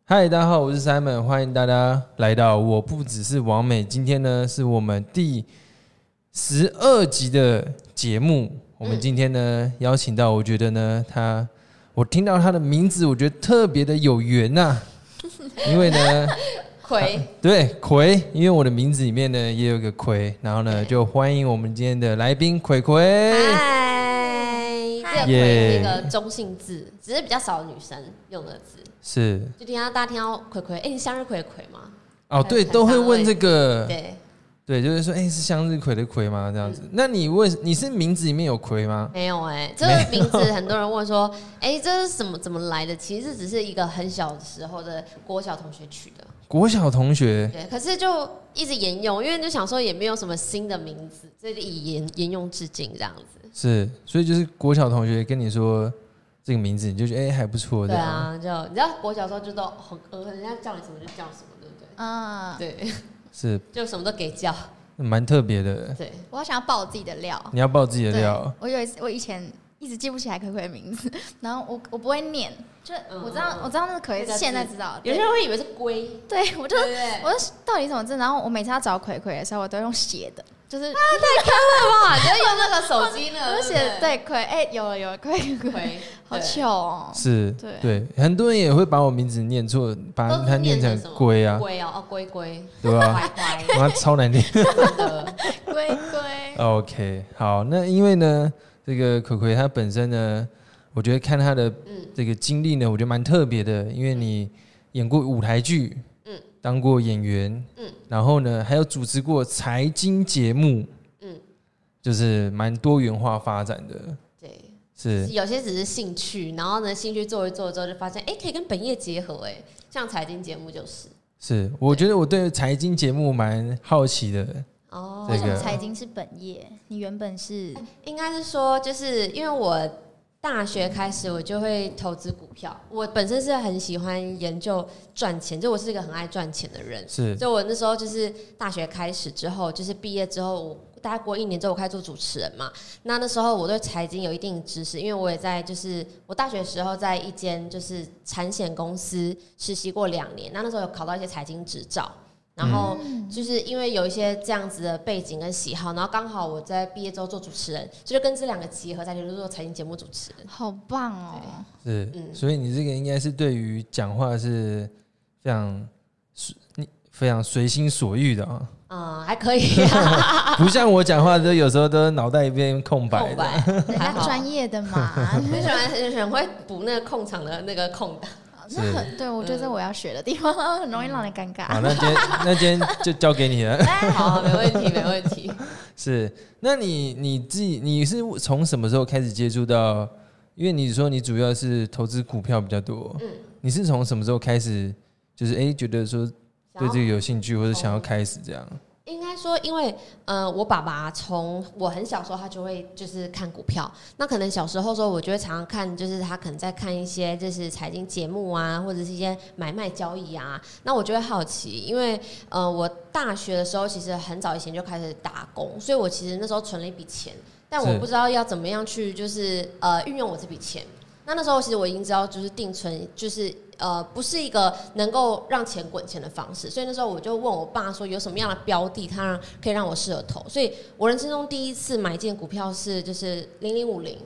嗨，大家好，我是 Simon， 欢迎大家来到我不只是王美。今天呢是我们第12集的节目。我们今天呢邀请到，我觉得呢我听到他的名字，我觉得特别的有缘呐、因为呢葵对葵，因为我的名字里面呢也有一个葵，然后呢就欢迎我们今天的来宾葵葵。 嗨，这个葵是一个中性字，只是比较少女生用的字。 是， 就大家听到葵葵，你生日葵的葵吗？ 哦，对，都会问这个。 对， 就是说，是向日葵的葵吗？这样子。那你是名字里面有葵吗？ 没有这个名字很多人问说，这是怎么来的？其实只是一个很小的时候的国小同学取的。 国小同学。 对，可是就一直沿用，因为就想说也没有什么新的名字，所以就沿用至今这样子。 是，所以就是国小同学跟你说这个名字，你就觉得还不错。 对啊，就你知道国小时候就都很人家叫你什么就叫什么，对不对？ 啊， 对。 是， 就什么都给叫， 蛮特别的。 对， 我好想要爆我自己的料。 你要爆自己的料。 我以前一直记不起来葵葵的名字，然后我不会念，就我知道那个葵，现在知道。 有些人会以为是龟， 对我就到底什么字？然后我每次要找葵葵的时候，我都用写的，就是太坑了吧！就用那个手机呢， 我就写对葵，有葵，好糗哦。 是，对，很多人也会把我名字念错，把它念成龟啊， 龟哦，龟， 对吧？哇，超难念。 龟。 OK， 好，那因为呢，这个葵葵她本身呢，我觉得看她的这个经历呢，我觉得蛮特别的，因为你演过舞台剧，当过演员，然后呢，还有主持过财经节目，就是蛮多元化发展的。 对， 是有些只是兴趣，然后呢，兴趣做一做之后，就发现可以跟本业结合，像财经节目就是。 是，我觉得我对财经节目蛮好奇的。 哦， 为什么财经是本业？你原本是应该是说，就是因为我大学开始我就会投资股票，我本身是很喜欢研究赚钱，就我是一个很爱赚钱的人， 是， 所以我那时候就是大学开始之后，就是毕业之后，我大概过1年之后，我开始做主持人嘛。那时候我对财经有一定知识，因为我也在就是我大学的时候在一间就是产险公司实习过2年，那时候有考到一些财经执照。然后就是因为有一些这样子的背景跟喜好，然后刚好我在毕业之后做主持人，就跟这2个结合在一起做财经节目主持人。 好棒哦！ 是，所以你这个应该是对于讲话是非常随心所欲的啊。 还可以啊， 不像我讲话都有时候都脑袋一片空白的。 人家专业的嘛， 很会补那个空场的那个空档。 对，我觉得这我要学的地方，很容易让人尴尬。 好，那今天就交给你了。 好，没问题。 是，那你自己你是从什么时候开始接触到？因为你说你主要是投资股票比较多，你是从什么时候开始，就是觉得说对这个有兴趣，或者想要开始这样？ 应该说，因为我爸爸从我很小时候他就会就是看股票，那可能小时候说我就会常常看，就是他可能在看一些就是财经节目啊，或者是一些买卖交易啊，那我就会好奇，因为我大学的时候其实很早以前就开始打工，所以我其实那时候存了一笔钱，但我不知道要怎么样去就是运用我这笔钱。那时候其实我已经知道，就是定存就是不是一个能够让钱滚钱的方式，所以那时候我就问我爸说有什么样的标的，他可以让我适合投。所以我人生中第一次买进股票是就是0050。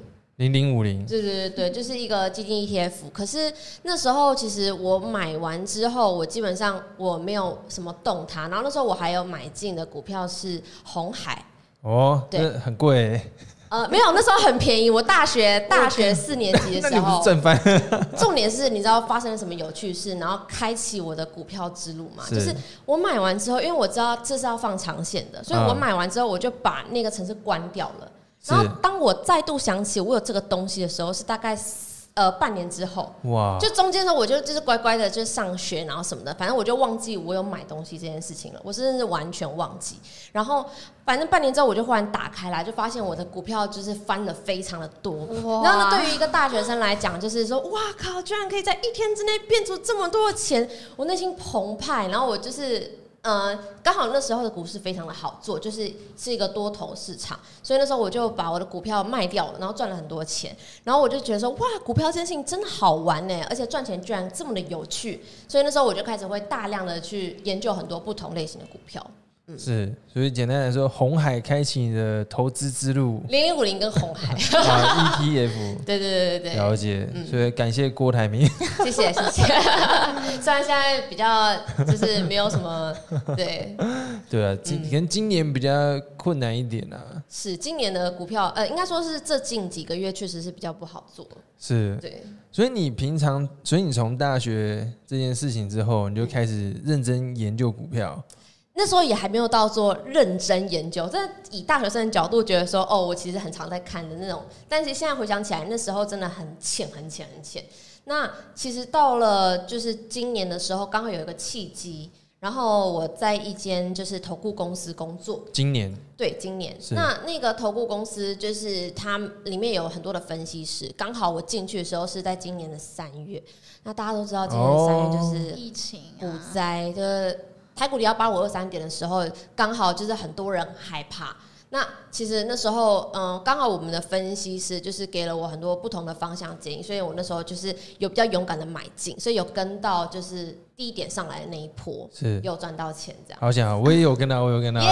0050， 对，就是一个基金 ETF。可是那时候其实我买完之后，我基本上我没有什么动它。然后那时候我还有买进的股票是鸿海。 哦，对，很贵。 没有，那时候很便宜。我大学4年级的时候， 那你不是正翻。 重点是，你知道发生了什么有趣事，然后开启我的股票之路嘛？就是我买完之后，因为我知道这是要放长线的，所以我买完之后，我就把那个程式关掉了。然后当我再度想起我有这个东西的时候，是大概半年之后。哇！就中间的时候，我就是乖乖的就上学，然后什么的，反正我就忘记我有买东西这件事情了。我真的是完全忘记。然后反正半年之后，我就忽然打开来，就发现我的股票就是翻了非常的多。然后呢，对于一个大学生来讲，就是说，哇靠，居然可以在1天之内变出这么多的钱，我内心澎湃。然后我就是刚好那时候的股市非常的好做，就是一个多头市场，所以那时候我就把我的股票卖掉了，然后赚了很多钱，然后我就觉得说，哇，股票这件事情真的好玩呢，而且赚钱居然这么的有趣，所以那时候我就开始会大量的去研究很多不同类型的股票。 是，所以简单来说，鸿海开启你的投资之路。 0050跟鸿海 ETF， 对， 了解。所以感谢郭台铭， 谢谢。虽然现在比较就是没有什么，对啊，可能今年比较困难一点啊。 是今年的股票，应该说是这近几个月确实是比较不好做。 是，对。所以你从大学这件事情之后，你就开始认真研究股票。 那时候也还没有到做认真研究，但以大学生的角度觉得说，我其实很常在看的那种。但是现在回想起来，那时候真的很浅。那其实到了就是今年的时候，刚好有一个契机，然后我在一间就是投顾公司工作。 今年？ 对，今年。那个投顾公司就是它里面有很多的分析师，刚好我进去的时候是在今年的3月。那大家都知道，今年的3月就是疫情、 股灾，就是台股里要8523点的时候，刚好就是很多人害怕。那其实那时候，刚好我们的分析师就是给了我很多不同的方向建议，所以我那时候就是有比较勇敢的买进，所以有跟到就是低点上来的那一波，是有赚到钱这样。 好想，我也有跟到，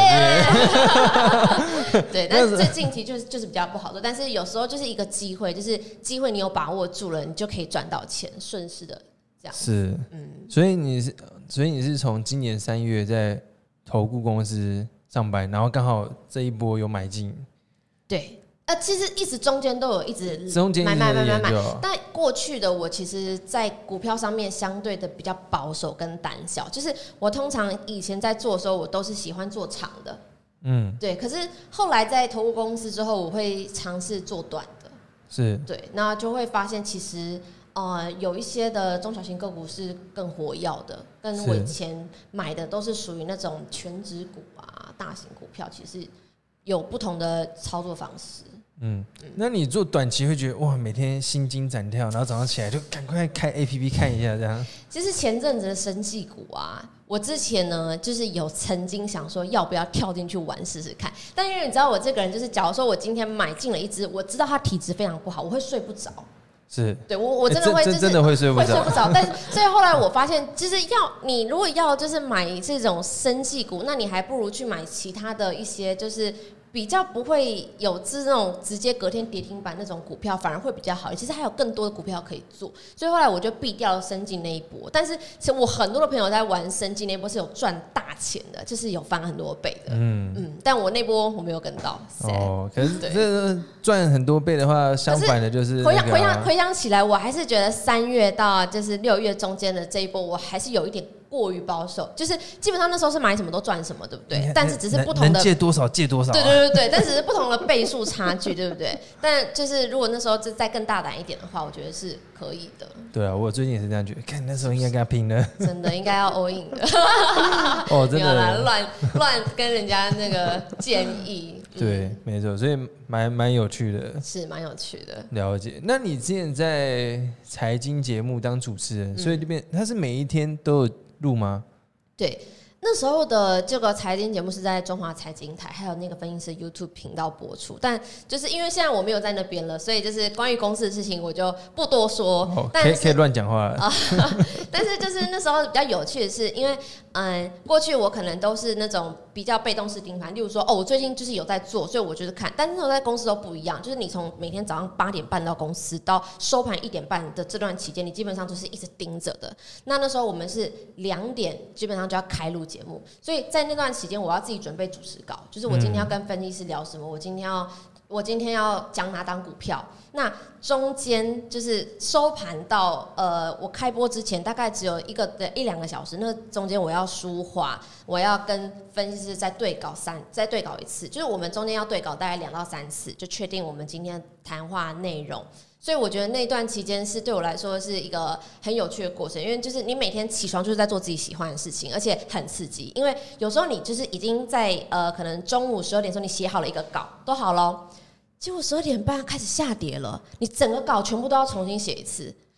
对，但是最近期就是比较不好做，但是有时候就是一个机会，就是机会你有把握住了，你就可以赚到钱，顺势的这样。 是，所以你是从今年3月在投顾公司上班，然后刚好这一波有买进。 对，其实一直中间都有一直买，但过去的我其实，在股票上面相对的比较保守跟胆小，就是我通常以前在做的时候，我都是喜欢做长的，对。可是后来在投顾公司之后，我会尝试做短的， 是，对， 那就会发现其实。有一些的中小型个股是更活跃的，跟我以前买的都是属于那种全指股啊、大型股票，其实有不同的操作方式。 那你做短期会觉得哇，每天心惊胆跳，然后早上起来就赶快开 APP 看一下这样。 其实前阵子的生技股啊，我之前呢就是有曾经想说要不要跳进去玩试试看，但因为你知道我这个人就是，假如说我今天买进了一只，我知道它体质非常不好，我会睡不着。 是， 对我真的会， 真的会睡不着。 但是所以后来我发现，就是你如果要就是买这种生技股，那你还不如去买其他的一些就是比较不会有这种直接隔天跌停板那种股票，反而会比较好。其实还有更多的股票可以做，所以后来我就避掉了生技那一波。但是其实我很多的朋友在玩生技那一波是有赚大钱的，就是有翻很多倍的。但我那波我没有跟到。 可是这赚很多倍的话，相反的就是回想起来，我还是觉得3月到就是6月中间的这一波，我还是有一点过于保守，就是基本上那时候是买什么都赚什么，对不对？但是只是不同的能借多少借多少。 对，但只是不同的倍数差距，对不对？但就是如果那时候再更大胆一点的话，我觉得是可以的。 对啊，我最近也是这样觉得，看那时候应该跟他拼了， 真的应该要 all in 的。 真的乱跟人家那个建议。 对，没错，所以蛮有趣的， 是蛮有趣的。 了解。那你之前在财经节目当主持人，所以这边他是每一天都有录吗？ 对，那时候的这个财经节目是在中华财经台，还有那个分析师 YouTube 频道播出。但就是因为现在我没有在那边了，所以就是关于公司的事情我就不多说。 可以乱讲话了。 但是就是那时候比较有趣的是，因为过去我可能都是那种比较被动式盯盘，例如说我最近就是有在做，所以我就是看。但是那时候在公司都不一样，就是你从每天早上8点半到公司，到收盘1点半的这段期间，你基本上就是一直盯着的。那时候我们是2点基本上就要开录节目，所以在那段期间我要自己准备主持稿，就是我今天要跟分析师聊什么，我今天要讲哪档股票。那中间就是收盘到我开播之前，大概只有1-2个小时。那中间我要梳化，我要跟分析师再对稿一次，就是我们中间要对稿大概2到3次，就确定我们今天谈话内容。所以我觉得那段期间是对我来说是一个很有趣的过程，因为就是你每天起床就是在做自己喜欢的事情，而且很刺激。因为有时候你就是已经在可能中午12点的时候你写好了一个稿，都好咯，结果12点半开始下跌了，你整个稿全部都要重新写一次。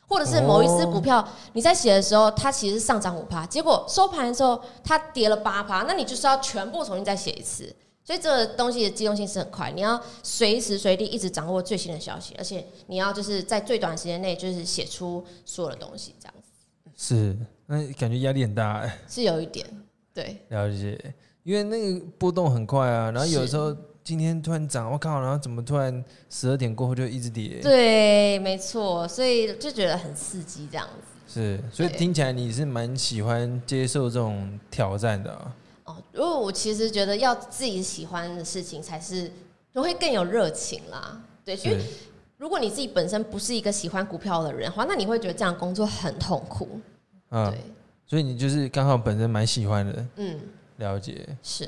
或者是某一只股票你在写的时候，它其实是上涨5%，结果收盘的时候它跌了8%，那你就是要全部重新再写一次。所以这个东西的机动性是很快，你要随时随地一直掌握最新的消息，而且你要就是在最短时间内就是写出所有的东西，这样子。 是，那感觉压力很大是有一点，对， 了解，因为那个波动很快啊，然后有时候今天突然涨，我靠，然后怎么突然12点过后就一直跌？ 对，没错，所以就觉得很刺激这样子。 是，所以听起来你是蛮喜欢接受这种挑战的啊。 如果我其实觉得要自己喜欢的事情才是会更有热情啦，对，因为如果你自己本身不是一个喜欢股票的人的话，那你会觉得这样工作很痛苦。对， 所以你就是刚好本身蛮喜欢的，了解， 是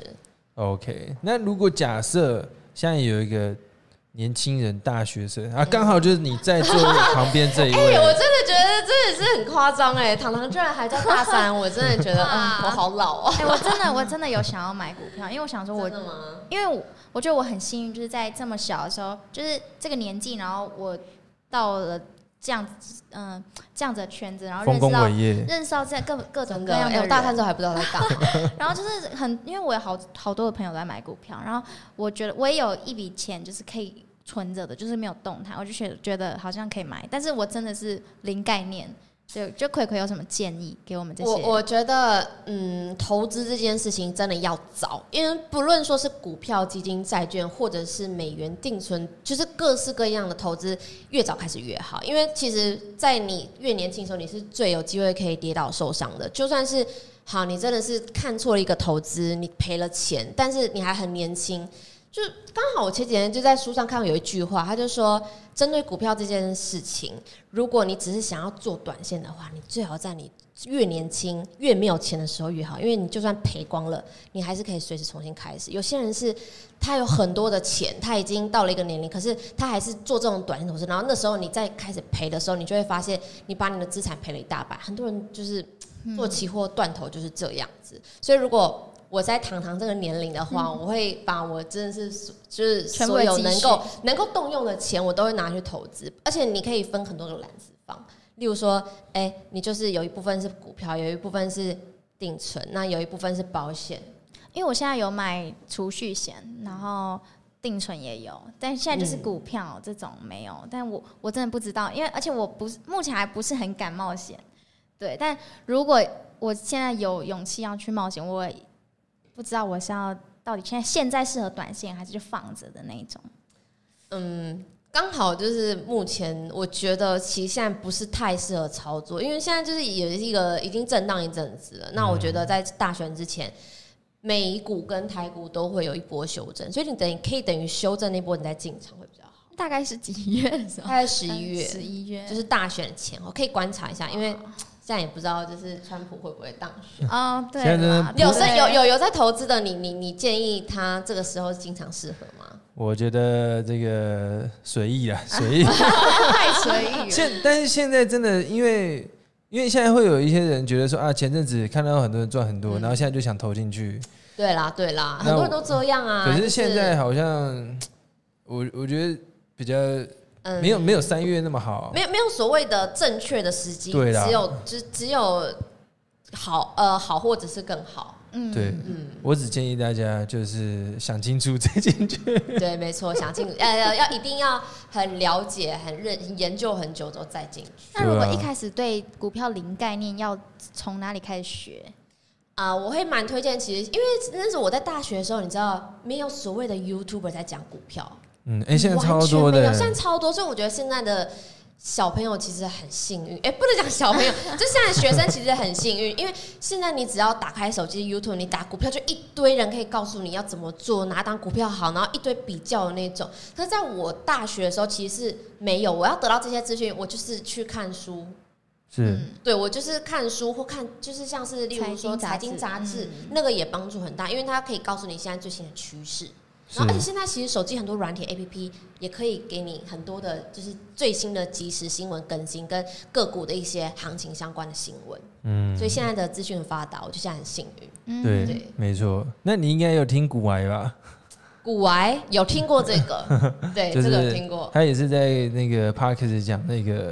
OK。那如果假设现在有一个年轻人大学生啊，刚好就是你在座旁边这一位， 我真的觉得这也是很夸张糖糖居然还在大3，我真的觉得我好老啊！ 我真的有想要买股票，因为我想说因为我觉得我很幸运，就是在这么小的时候，就是这个年纪，然后我到了这样子的圈子，然后认识到这各种各样的人。 我大3之后还不知道在干嘛。 然后就是因为我有好多的朋友在买股票，然后我觉得我也有一笔钱就是可以存着的，就是没有动弹，我就觉得好像可以买，但是我真的是零概念。就葵葵有什么建议给我们这些？ 我觉得，投资这件事情真的要早，因为不论说是股票、基金、债券，或者是美元定存，就是各式各样的投资，越早开始越好。因为其实，在你越年轻的时候，你是最有机会可以跌倒受伤的。就算是好，你真的是看错了一个投资，你赔了钱，但是你还很年轻。就刚好我前几天就在书上看到有一句话，他就说，针对股票这件事情，如果你只是想要做短线的话，你最好在你越年轻越没有钱的时候越好，因为你就算赔光了，你还是可以随时重新开始。有些人是他有很多的钱，他已经到了一个年龄，可是他还是做这种短线投资，然后那时候你再开始赔的时候，你就会发现你把你的资产赔了一大半。很多人就是做期货断头就是这样子，所以如果我在糖糖这个年龄的话，我会把我真的是就是所有能够动用的钱，我都会拿去投资。而且你可以分很多个篮子放，例如说，你就是有一部分是股票，有一部分是定存，那有一部分是保险。 因为我现在有买储蓄险，然后定存也有，但现在就是股票这种没有。但我真的不知道，因为而且目前还不是很敢冒险。对，但如果我现在有勇气要去冒险，我不知道我是要到底现在适合短线还是就放着的那一种。 刚好就是目前我觉得其实现在不是太适合操作，因为现在就是也是一个已经震荡一阵子了。那我觉得在大选之前，美股跟台股都会有一波修正，所以你可以等于修正那波你再进场会比较好。 大概是几月的时候？ 大概11月 ，11月就是大选前，我可以观察一下，因为现在也不知道就是川普会不会当选哦。对啦， 有在投资的你建议他这个时候进场适合吗？ 我觉得这个随意啦，随意太随意了。 但是现在真的因为现在会有一些人觉得说啊，前阵子看到很多人赚很多，然后现在就想投进去。 对啦，很多人都这样啊。 可是现在好像我觉得比较没有3月那么好， 没有所谓的正确的时机， 对啦， 只有好或者是更好。 对，我只建议大家就是想清楚再进去。 对，没错，想清楚，一定要很了解、很研究很久之后再进去。 那如果一开始对股票零概念，要从哪里开始学？ 我会蛮推荐，其实因为那时候我在大学的时候，你知道没有所谓的 YouTuber 在讲股票， 现在超多的， 现在超多，所以我觉得现在的小朋友其实很幸运，不能讲小朋友，就现在学生其实很幸运，因为现在你只要打开手机 YouTube， 你打股票就一堆人可以告诉你要怎么做，哪档股票好，然后一堆比较的那种。可是在我大学的时候，其实是没有，我要得到这些资讯，我就是去看书。对，我就是看书或看，就是像是例如说财经杂志，那个也帮助很大，因为它可以告诉你现在最新的趋势。然后，而且现在其实手机很多软体 APP 也可以给你很多的，就是最新的即时新闻更新跟个股的一些行情相关的新闻。所以现在的资讯很发达，我就现在很幸运。 对，没错。那你应该有听股癌吧？ 股癌有听过这个，对， 就是、 这个有听过。 他也是在那个 Podcast 讲那个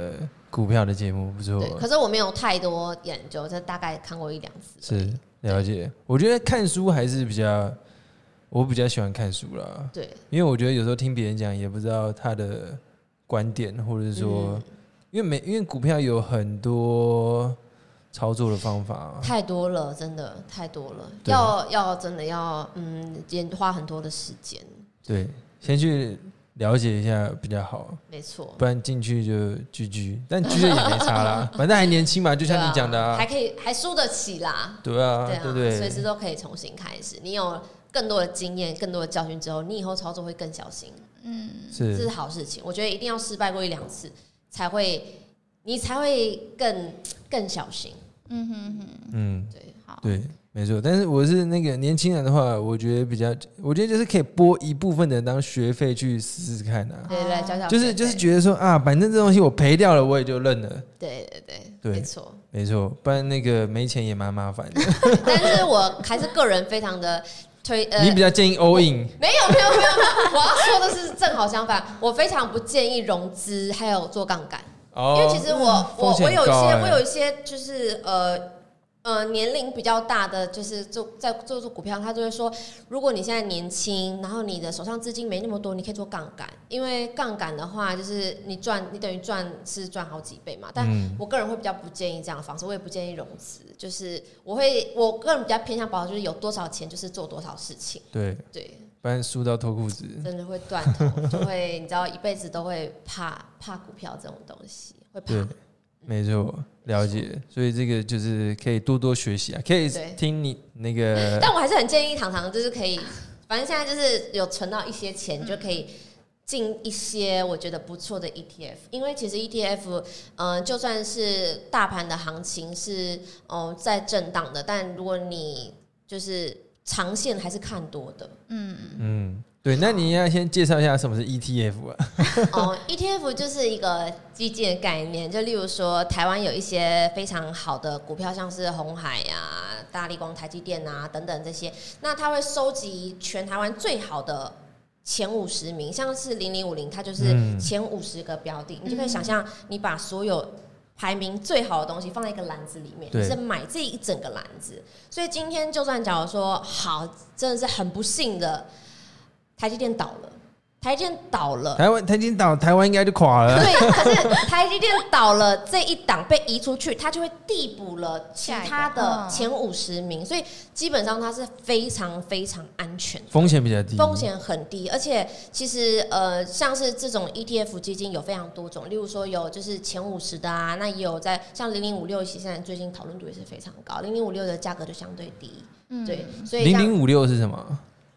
股票的节目，不错。 对，可是我没有太多研究，就大概看过1-2次。 是了解，我觉得看书还是我比较喜欢看书啦。 对， 因为我觉得有时候听别人讲，也不知道他的观点，或者是说，因为股票有很多操作的方法， 太多了，真的太多了，要真的要也花很多的时间。对， 先去了解一下比较好， 没错， 不然进去就GG，但GG也没差啦，反正还年轻嘛，就像你讲的啊， 还输得起啦， 对啊，对不对？ 随时都可以重新开始。你有更多的经验、更多的教训之后，你以后操作会更小心。这是好事情。我觉得一定要失败过1-2次，你才会更小心。对，好，对。 没错，但是我是那个年轻人的话，我觉得就是可以拨一部分的当学费去试试看啊。 对，教就是觉得说啊，反正这东西我赔掉了，我也就认了。 对，没错， 不然那个没钱也蛮麻烦的。 但是我还是个人非常的你比较建议 all in？ 没有，我要说的是正好相反，我非常不建议融资还有做杠杆，因为其实我有一些就是年龄比较大的，就是在做股票，他就会说，如果你现在年轻，然后你的手上资金没那么多，你可以做杠杆，因为杠杆的话，就是你等于赚好几倍嘛。但我个人会比较不建议这样的方式，我也不建议融资，就是我个人比较偏向保守，就是有多少钱就是做多少事情。对， 不然输到脱裤子， 真的会断头，就会你知道一辈子都会怕股票这种东西，会怕。 没错，了解，所以这个就是可以多多学习啊，可以听你那个。 但我还是很建议糖就是可以，反正现在就是有存到一些钱，就可以进一些我觉得不错的 ETF， 因为其实 ETF，就算是大盘的行情是在震荡的，但如果你就是长线还是看多的， 对，那你要先介绍一下什么是 ETF 啊 ？ETF 就是一个基金的概念，就例如说台湾有一些非常好的股票，像是鸿海啊、大立光、台积电啊等等这些，那它会收集全台湾最好的前50名，像是0050，它就是前50个标的，你就可以想象你把所有排名最好的东西放在一个篮子里面，你是买这一整个篮子。所以今天就算假如说好，真的是很不幸的。台积电倒了，台积电倒， 台湾应该就垮了。 对，可是台积电倒了，这一档被移出去，它就会递补了其他的前50名，所以基本上它是非常非常安全的， 风险比较低， 风险很低。而且其实像是这种 ETF 基金有非常多种，例如说有就是前50的啊，那也有像0056，现在最近讨论度也是非常高，0056的价格就相对低。对，所以 0056是什么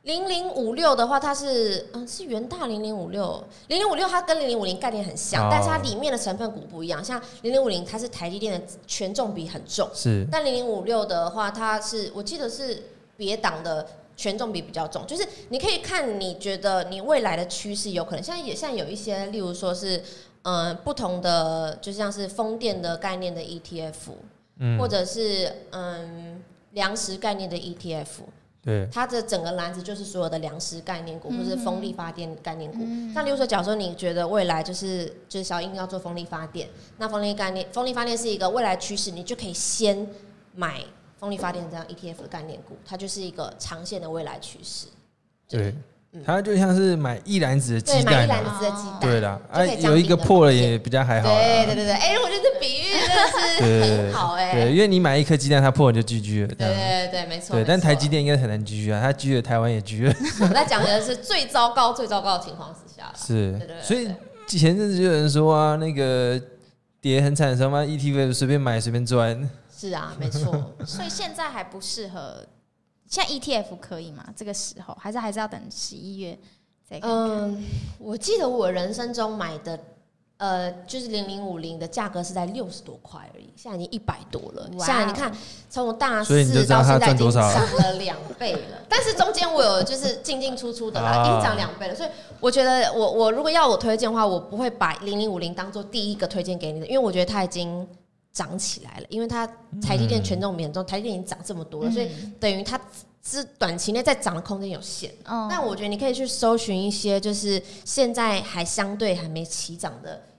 ？0056的话，它是元大0056它跟0050概念很像，但是它里面的成分股不一样。像0050，它是台积电的权重比很重，但0056的话，它是我记得是别档的权重比比较重。就是你可以看，你觉得你未来的趋势有可能，像有一些，例如说是不同的，就像是风电的概念的 ETF，或者是粮食概念的 ETF。 对， 它的整个篮子就是所有的粮食概念股，或者是风力发电概念股。那例如说，假如说你觉得未来就是小英要做风力发电，那风力发电是一个未来趋势，你就可以先买风力发电这样 ETF 的概念股，它就是一个长线的未来趋势。 对。它就像是买一篮子的鸡蛋， 买一篮子的鸡蛋， 对啦，有一个破了也比较还好。 对，我觉得这比喻真的是很好对，因为你买一颗鸡蛋，它破了就 GG 了。 对，没错。 对，但台积电应该很难 GG 啊，它 GG 了，台湾也 GG 了。 我在讲的是最糟糕的情况之下。 是，所以前阵子就有人说啊，那个跌很惨的时候嘛 ，ETF 随便买随便赚。 是啊，没错。 所以现在还不适合。现在 ETF 可以吗？这个时候还是要等11月再看看。 我记得我人生中买的，就是0050的价格是在60多块而已，现在已经100多了。现在你看，从大4到现在已经涨了2倍了。但是中间我有就是进出的啦，已经涨2倍了。所以我觉得我如果要我推荐的话，我不会把0050当做第一个推荐给你的，因为我觉得它已经涨起来了，因为它台积电权重比很重，台积电已经涨这么多了，所以等于它是短期内再涨的空间有限。但我觉得你可以去搜寻一些就是现在还相对还没起涨的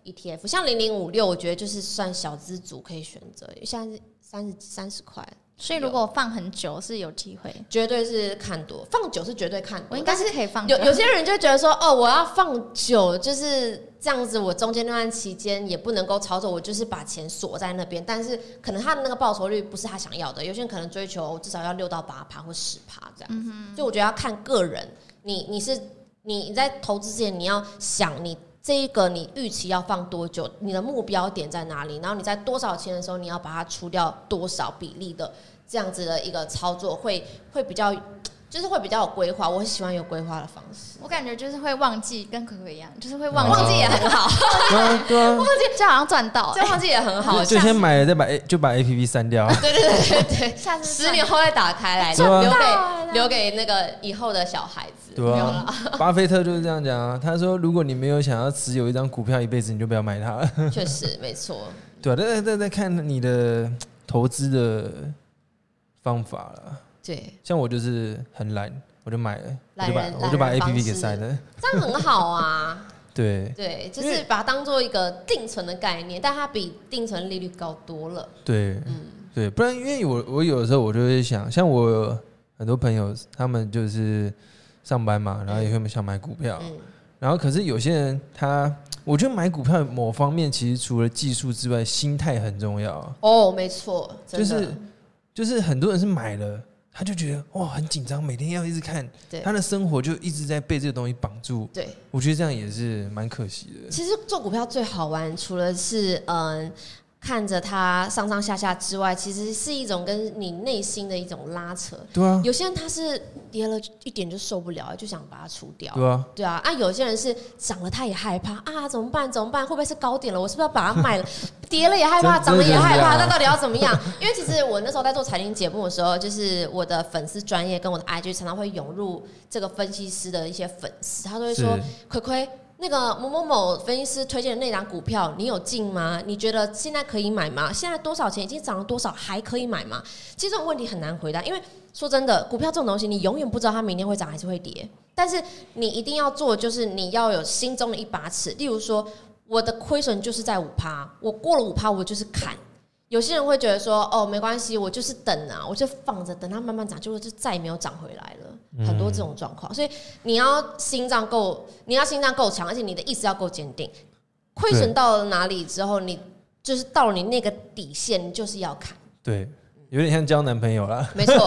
ETF， 像0056，我觉得就是算小资族可以选择，现在是30块。 所以如果放很久是有机会， 绝对是看多，放久是绝对看多。 我应该是可以放久。 有些人就觉得说，哦，我要放久，就是这样子，我中间那段期间也不能够操作，我就是把钱锁在那边。但是可能他的那个报酬率不是他想要的，有些人可能追求至少要6到8%或10%这样子。所以我觉得要看个人，你在投资之前，你要想你。这一个你预期要放多久？你的目标点在哪里？然后你在多少钱的时候，你要把它出掉多少比例的这样子的一个操作，会比较，就是会比较有规划。我很喜欢有规划的方式。 我感觉就是会忘记，跟可可一样，就是会忘记也很好， 对啊， 忘记就好像赚到， 这忘记也很好。 就先买了再把 APP 删掉。 对，下次10年后再打开来，留给那个以后的小孩子。 对啊，巴菲特就是这样讲啊。他说，如果你没有想要持有一张股票一辈子，你就不要买它。 确实，没错。 对啊，再看你的投资的方法了。 对， 像我就是很懒，我就买了，我就把 APP 给删了。 这样很好啊。 对， 就是把它当做一个定存的概念，但它比定存利率高多了。 对，对，不然因为我有的时候我就会想，像我有很多朋友，他们就是上班嘛，然后也会想买股票，然后可是有些人我觉得买股票某方面其实除了技术之外，心态很重要。 哦，没错， 就是很多人是买了。他就觉得哇很紧张，每天要一直看，他的生活就一直在被这个东西绑住。对，我觉得这样也是蛮可惜的。 其实做股票最好玩，除了是看着它上上下下之外，其实是一种跟你内心的一种拉扯。 对啊， 有些人他是跌了一点就受不了，就想把它出掉。对啊，有些人是涨了他也害怕啊，怎么办？会不会是高点了？我是不是要把它卖了？跌了也害怕，涨了也害怕，那到底要怎么样？因为其实我那时候在做财经节目的时候，就是我的粉丝专业跟我的 IG 常常会涌入这个分析师的一些粉丝，他都会说葵葵。那个某某某分析师推荐的那档股票，你有进吗？你觉得现在可以买吗？现在多少钱？已经涨了多少？还可以买吗？其实这种问题很难回答，因为说真的，股票这种东西，你永远不知道它明天会涨还是会跌。但是你一定要做，就是你要有心中的一把尺。例如说，我的亏损就是在5%，我过了5%，我就是砍。有些人会觉得说，哦，没关系，我就是等啊，我就放着，等它慢慢涨，结果就再也没有涨回来了。很多这种状况，所以你要心脏够强，而且你的意识要够坚定。亏损到了哪里之后，你就是到了你那个底线，你就是要砍。 对，有点像交男朋友啦。 没错，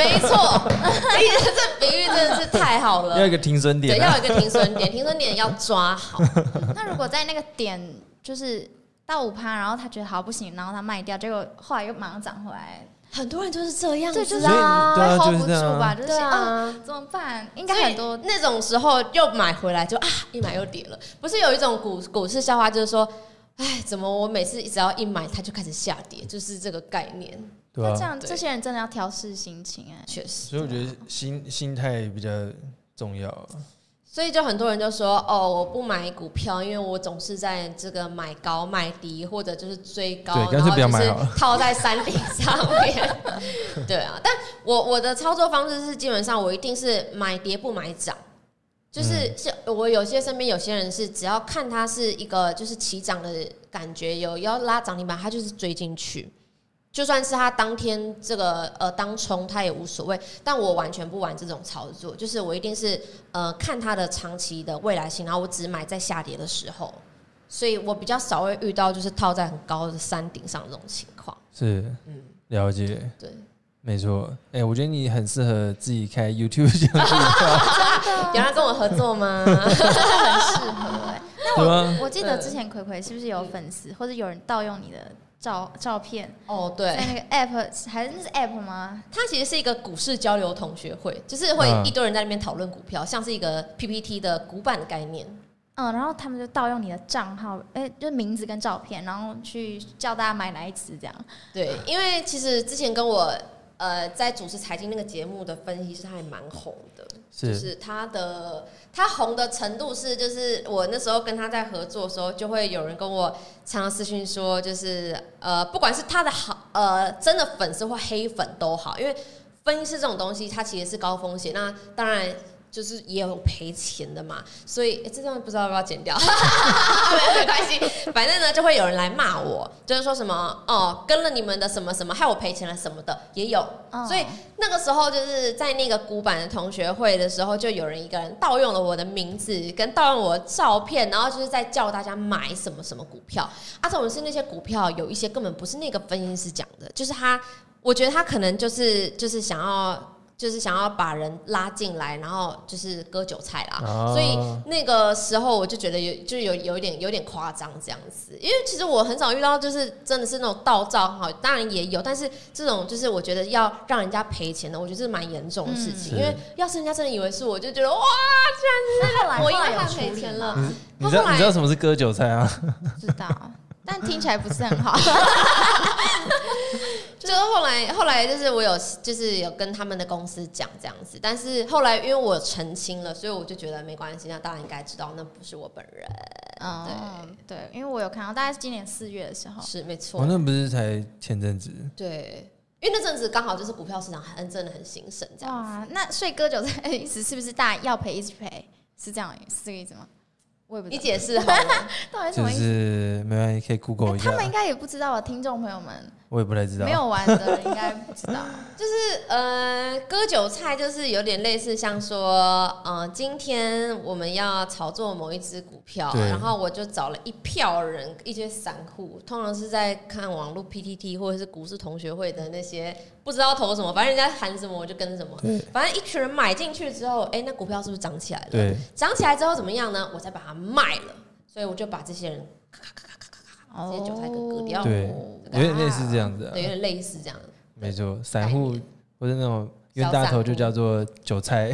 这比喻真的是太好了。 要一个停损点， 对，要有一个停损点，停损点要抓好。 那如果在那个点就是到5%，然后他觉得好不行，然后他卖掉，结果后来又马上涨回来。 很多人就是这样子， 就是会 hold 不住吧，就是怎么办？应该很多那种时候又买回来就一买又跌了。不是有一种股市笑话，就是说，哎，怎么我每次只要一买它就开始下跌，就是这个概念。 对啊， 那这样这些人真的要调试心情确实。 所以我觉得心态比较重要。 所以就很多人就说，哦，我不买股票，因为我总是在这个买高卖低，或者就是追高，然后就是套在山顶上面。对啊，但我的操作方式是基本上我一定是买跌不买涨，就是我有些身边有些人是只要看它是一个就是起涨的感觉，有要拉涨停板，他就是追进去。就算是他当天这个当冲他也无所谓，但我完全不玩这种操作，就是我一定是看他的长期的未来性，然后我只买在下跌的时候，所以我比较少会遇到就是套在很高的山顶上这种情况。 是，了解， 对， 没错。我觉得你很适合自己开 YouTube 这样子。 有人跟我合作吗？ 很适合那我记得之前葵葵是不是有粉丝或者有人盗用你的照片对， 在那个 app 还是那是 app 吗？ 它其实是一个股市交流同学会，就是会一堆人在那边讨论股票，像是一个 PPT 的股版的概念。 然后他们就盗用你的账号，就是名字跟照片，然后去叫大家买哪一支这样。 对，因为其实之前跟我在主持财经那个节目的分析师，他还蛮红的，就是他红的程度是，就是我那时候跟他在合作的时候，就会有人跟我常常私讯说，就是不管是他的真的粉丝或黑粉都好，因为分析师这种东西，它其实是高风险。那当然， 就是也有赔钱的嘛，所以这段不知道要不要剪掉，没关系，反正呢就会有人来骂我，就是说什么哦跟了你们的什么什么害我赔钱了什么的也有，所以那个时候就是在那个古板的同学会的时候，就有人一个人盗用了我的名字跟盗用我的照片，然后就是在叫大家买什么什么股票啊，这种是那些股票有一些根本不是那个分析师讲的，就是我觉得他可能就是想要把人拉进来，然后就是割韭菜啦，所以那个时候我就觉得有一点夸张这样子，因为其实我很少遇到就是真的是那种盗照哈，当然也有，但是这种就是我觉得要让人家赔钱的，我觉得是蛮严重的事情，因为要是人家真的以为是我，就觉得哇，居然是我因为他赔钱了。 你知道什么是割韭菜啊？ 知道，但听起来不是很好。 就是后来就是我有跟他们的公司讲这样子，但是后来因为我澄清了，所以我就觉得没关系，那大家应该知道那不是我本人。 对，因为我有看到，大概是今年4月的时候， 是没错。 那不是才前阵子？ 对，因为那阵子刚好就是股票市场真的很兴盛这样子。 哇，那所以割韭菜的意思是不是大家要赔一直赔？是这个意思吗？我也不知道， 你解释好了。 到底什么意思？ 就是没关系，可以 Google 一下。 他们应该也不知道吧，听众朋友们。 我也不太知道， 没有玩的人应该不知道。 就是割韭菜，就是有点类似像说，今天我们要炒作某一只股票，然后我就找了一票人，一些散户，通常是在看网络 PTT 或者是股市同学会的那些，不知道投什么，反正人家喊什么我就跟什么。反正一群人买进去之后，那股票是不是涨起来了？ 对， 涨起来之后怎么样呢？我再把它卖了，所以我就把这些人这些韭菜割掉。 对，有点类似这样子啊。 对，有点类似这样。 没错，散户或者那种冤大头就叫做韭菜。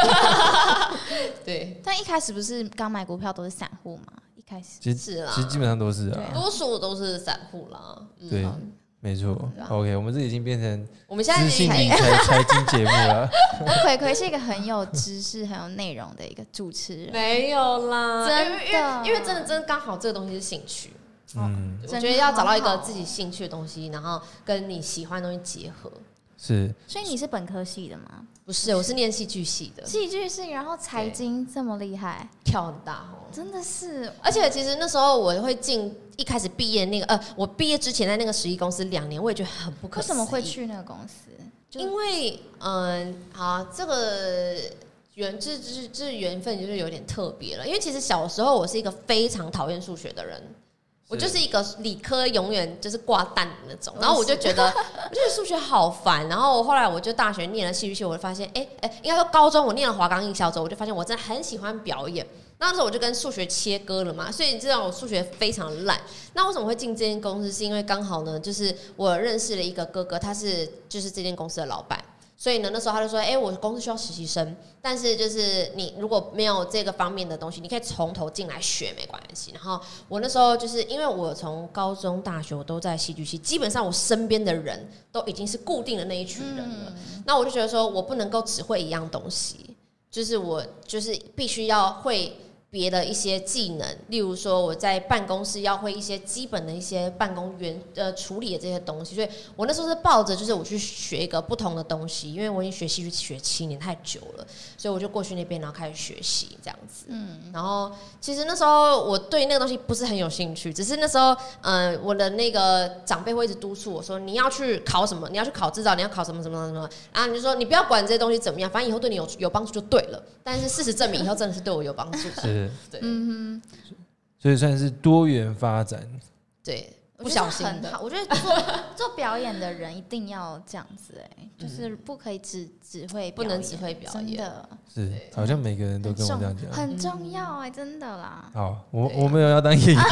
对， 但一开始不是刚买股票都是散户吗？一开始是啦， 其实基本上都是啊， 多数都是散户啦。 对，没错。OK， 我们这已经变成我们现在资讯理财经节目了。 葵葵是一个很有知识、很有内容的一个主持人。 没有啦， 真的， 因为真的刚好这个东西是兴趣。我觉得要找到一个自己兴趣的东西，然后跟你喜欢的东西结合。 是， 所以你是本科系的吗？ 不是，我是念戏剧系的。 戏剧系，然后财经这么厉害， 跳很大哦， 真的是。 而且其实那时候我会进一开始毕业那个我毕业之前在那个11公司2年，我也觉得很不可思议。 为什么会去那个公司？ 因为好，这个这缘分就是有点特别了。因为其实小时候我是一个非常讨厌数学的人。我就是一个理科永远就是挂蛋的那种，然后我就觉得数学好烦，然后后来我就大学念了戏剧系，我就发现应该说高中我念了华冈艺校之后，我就发现我真的很喜欢表演。那时候我就跟数学切割了嘛，所以你知道我数学非常烂。那为什么会进这间公司？是因为刚好呢，就是我认识了一个哥哥，他是就是这间公司的老板。所以呢，那时候他就说：“我公司需要实习生，但是就是你如果没有这个方面的东西，你可以从头进来学，没关系。”然后我那时候就是因为我从高中、大学我都在戏剧系，基本上我身边的人都已经是固定的那一群人了。那我就觉得说我不能够只会一样东西，就是我就是必须要会别的一些技能，例如说我在办公室要会一些基本的一些办公处理的这些东西，所以我那时候是抱着就是我去学一个不同的东西，因为我已经学戏剧学7年太久了，所以我就过去那边然后开始学习这样子。然后其实那时候我对那个东西不是很有兴趣，只是那时候我的那个长辈会一直督促我说你要去考什么，你要去考制造，你要考什么什么什么啊，你就说你不要管这些东西怎么样，反正以后对你有帮助就对了。但是事实证明以后真的是对我有帮助。对， 所以算是多元发展。 对，不小心的。 我觉得做表演的人一定要这样子，就是不可以只会不能只会表演， 真的是，好像每个人都跟我这样讲， 很重要真的啦。 好，我没有要当演员。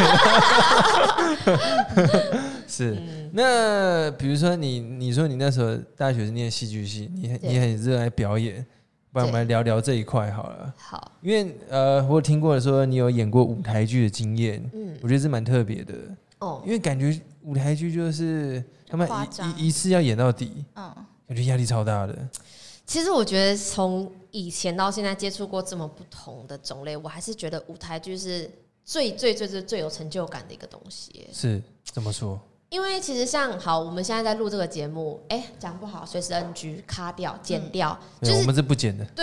是，那比如说你说你那时候大学是念戏剧系，你很热爱表演。不然我们来聊聊这一块好了。 好， 因为我有听过说你有演过舞台剧的经验，我觉得是蛮特别的。因为感觉舞台剧就是他们一次要演到底，感觉压力超大的。 其实我觉得从以前到现在接触过这么不同的种类，我还是觉得舞台剧是最有成就感的一个东西。 是怎么说？ 因为其实像好，我们现在在录这个节目，讲不好随时 NG 卡掉、剪掉， 我们是不剪的。 对，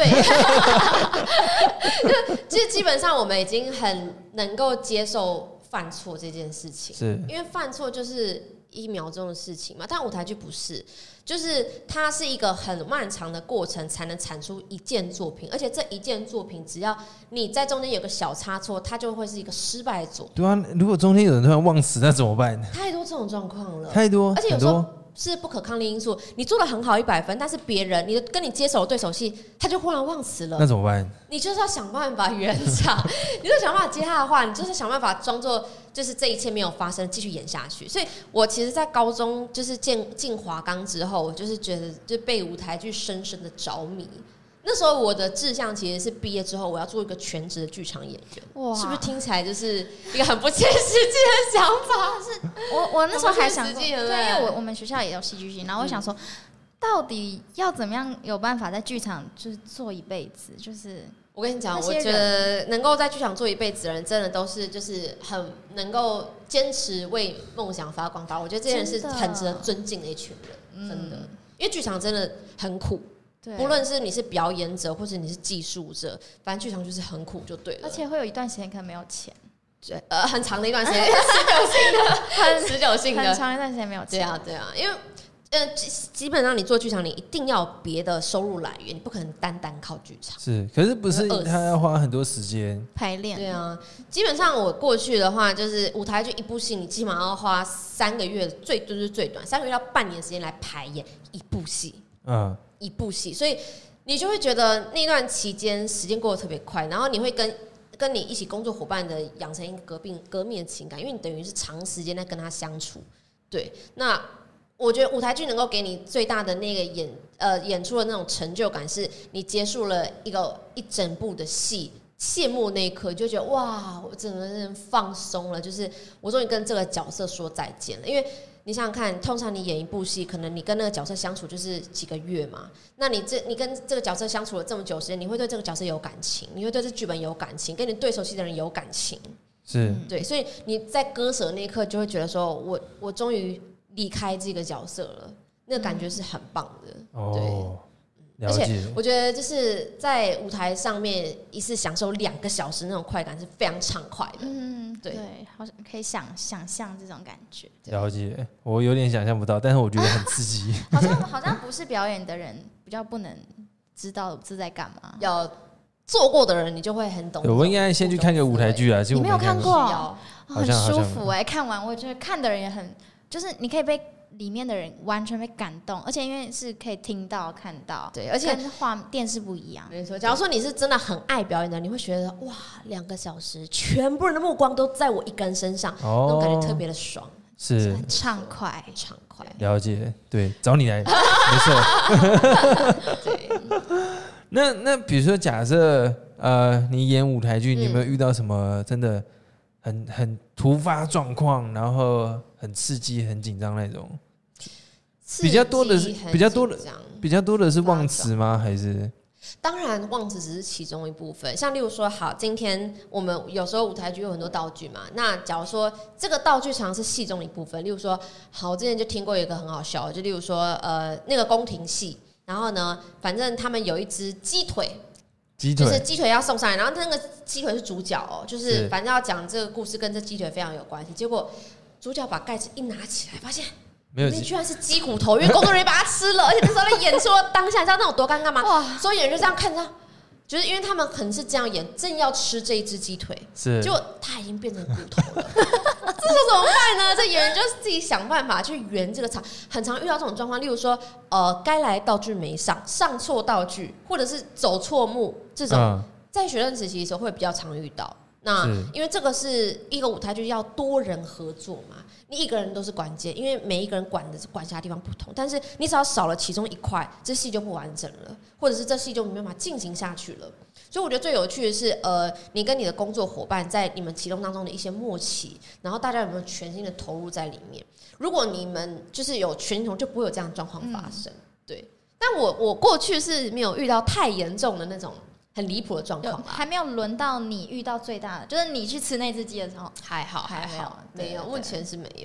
就是基本上我们已经很能够接受犯错这件事情， 是因为犯错就是1秒钟的事情嘛，但舞台剧不是。就是它是一个很漫长的过程，才能产出一件作品，而且这一件作品，只要你在中间有个小差错，它就会是一个失败的作品。 对啊，如果中间有人突然忘词，那怎么办？ 太多这种状况了， 太多， 而且有时候是不可抗力因素。你做的很好100分，但是别人跟你接手的对手戏，他就忽然忘词了， 那怎么办？ 你就是要想办法圆场，你就想办法接他的话，你就是想办法装作就是这一切没有发生，继续演下去。所以我其实，在高中就是进华冈之后，我就是觉得就被舞台剧深深的着迷。那时候我的志向其实是毕业之后我要做一个全职的剧场演员，是不是听起来就是一个很不切实际的想法？ 是我那时候还想过，对，因为我们学校也有戏剧系，然后我想说，到底要怎么样有办法在剧场就是做一辈子？就是我跟你讲，我觉得能够在剧场做一辈子的人，真的都是就是很能够坚持为梦想发光发。我觉得这些人是很值得尊敬的一群人，真的，因为剧场真的很苦。不论是你是表演者，或者你是技术者，反正剧场就是很苦就对了。 而且会有一段时间可能没有钱， 对，很长的一段时间，持久性的， 很长一段时间没有钱。 对啊，因为基本上你做剧场，你一定要有别的收入来源，你不可能单靠剧场。 是，可是不是他要花很多时间排练？ 对啊，基本上我过去的话，就是舞台剧一部戏，你基本上要花3个月，最多就是最短3个月到半年时间来排演一部戏。一部戏，所以你就会觉得那段期间时间过得特别快，然后你会跟你一起工作伙伴的养成一个革命的情感，因为你等于是长时间在跟他相处。对，那我觉得舞台剧能够给你最大的那个演出的那种成就感，是你结束了一整部的戏，谢幕那一刻，就觉得哇，我整个人放松了，就是我终于跟这个角色说再见了，因为。你想想看，通常你演一部戏，可能你跟那个角色相处就是几个月嘛。那你跟这个角色相处了这么久时间，你会对这个角色有感情，你会对这剧本有感情，跟你对手戏的人有感情。 是，对， 所以你在割舍那一刻，就会觉得说我终于离开这个角色了，那个感觉是很棒的。 哦， 而且我觉得就是在舞台上面一次享受2个小时那种快感是非常畅快的。对， 好像可以想象这种感觉。 了解，我有点想象不到，但是我觉得很刺激。 好像不是表演的人比较不能知道这在干嘛。 有做过的人，你就会很懂。 我应该先去看个舞台剧啊， 你没有看过？很舒服哎， 看完我觉得看的人也很，就是你可以被里面的人完全被感动，而且因为是可以听到看到， 对，而且跟电视不一样。 没错，假如说你是真的很爱表演的，你会觉得哇，2个小时全部人的目光都在我一个人身上，那种感觉特别的爽， 是很畅快。 了解，对，找你来，没错。 对， 那比如说，假设你演舞台剧，你有没有遇到什么真的很突发状况，然后很刺激、很紧张那种？比较多的是忘词吗？还是？ 当然，忘词只是其中一部分。像例如说，好，今天我们有时候舞台剧有很多道具嘛。那假如说这个道具常常是戏中一部分，例如说，好，我之前就听过一个很好笑的，就例如说，那个宫廷戏，然后呢，反正他们有一只鸡腿，就是鸡腿要送上来，然后那个鸡腿是主角哦，就是反正要讲这个故事跟这鸡腿非常有关系。结果主角把盖子一拿起来，发现。里面居然是鸡骨头，因为工作人员把它吃了，而且那时候在演出当下，你知道那种多尴尬吗？哇！所有演员就这样看着，就是因为他们可能是这样演，正要吃这一只鸡腿，结果它已经变成骨头了，这时候怎么办呢？这演员就自己想办法去圆这个场，很常遇到这种状况，例如说，该来道具没上，上错道具，或者是走错幕，这种在学生时期的时候会比较常遇到。那因为这个是一个舞台剧，要多人合作嘛，你一个人都是关键，因为每一个人管辖的地方不同，但是你只要少了其中一块，这戏就不完整了，或者是这戏就没办法进行下去了。所以我觉得最有趣的是，你跟你的工作伙伴在你们启动当中的一些默契，然后大家有没有全心的投入在里面？如果你们就是有全心投入，就不会有这样的状况发生。对，但我过去是没有遇到太严重的那种。很离谱的状况， 还没有轮到你遇到最大的，就是你去吃那只鸡的时候， 还好，没有，目前是没有。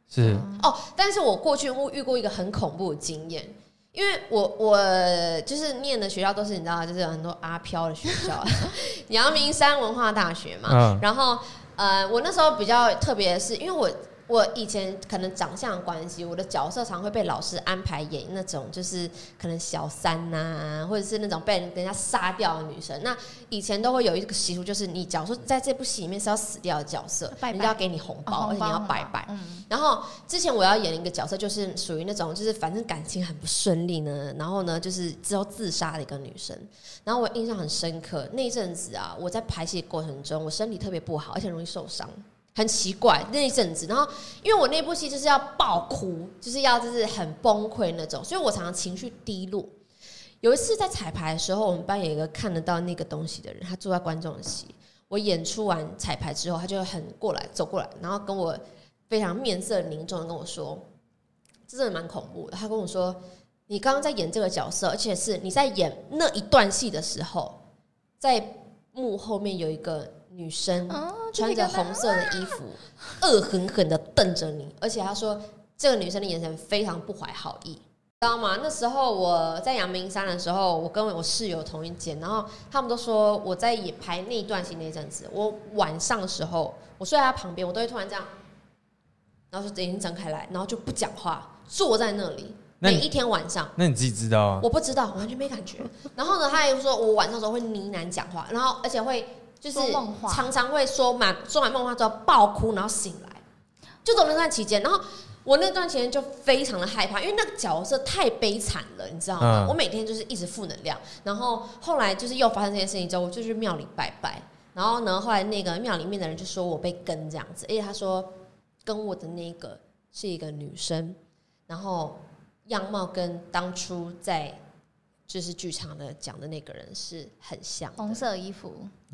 是哦，但是我过去遇过一个很恐怖的经验。因为我就是念的学校都是你知道，就是有很多阿飘的学校，阳明山文化大学嘛。然后我那时候比较特别的是，因为我以前可能长相的关系，我的角色常会被老师安排演那种就是可能小三呐、或者是那种被人家杀掉的女生。那以前都会有一个习俗，就是你假如说在这部戏里面是要死掉的角色，人家要给你红包，而且你要拜拜。然后之前我要演一个角色，就是属于那种就是反正感情很不顺利呢，然后呢就是之后自杀的一个女生。然后我印象很深刻，那一阵子啊，我在排戏过程中，我身体特别不好，而且容易受伤。很奇怪那一阵子，然后因为我那部戏就是要爆哭，就是很崩溃那种，所以我常常情绪低落。有一次在彩排的时候，我们班有一个看得到那个东西的人，他坐在观众的席。我演出完彩排之后，他就走过来，然后跟我非常面色凝重的跟我说：“这真的蛮恐怖的。”他跟我说：“你刚刚在演这个角色，而且是你在演那一段戏的时候，在幕后面有一个。”女生穿着红色的衣服，恶狠狠的瞪着你，而且她说这个女生的眼神非常不怀好意，知道吗？那时候我在阳明山的时候，我跟我室友同一间，然后他们都说我在排那一段戏那阵子，我晚上的时候我睡在他旁边，我都会突然这样，然后就眼睛睁开来，然后就不讲话，坐在那里。每一天晚上， 那你自己知道啊？ 我不知道，完全没感觉。然后呢，他还说我晚上的时候会呢喃讲话，然后而且会。就是常常会说满梦话之后爆哭，然后醒来，就走那段期间。然后我那段期间就非常的害怕，因为那个角色太悲惨了，你知道吗？我每天就是一直负能量。然后后来就是又发生这件事情之后，我就去庙里拜拜。然后呢，后来那个庙里面的人就说我被跟这样子，而且他说跟我的那个是一个女生，然后样貌跟当初在。就是剧场的讲的那个人是很像的， 红色衣服。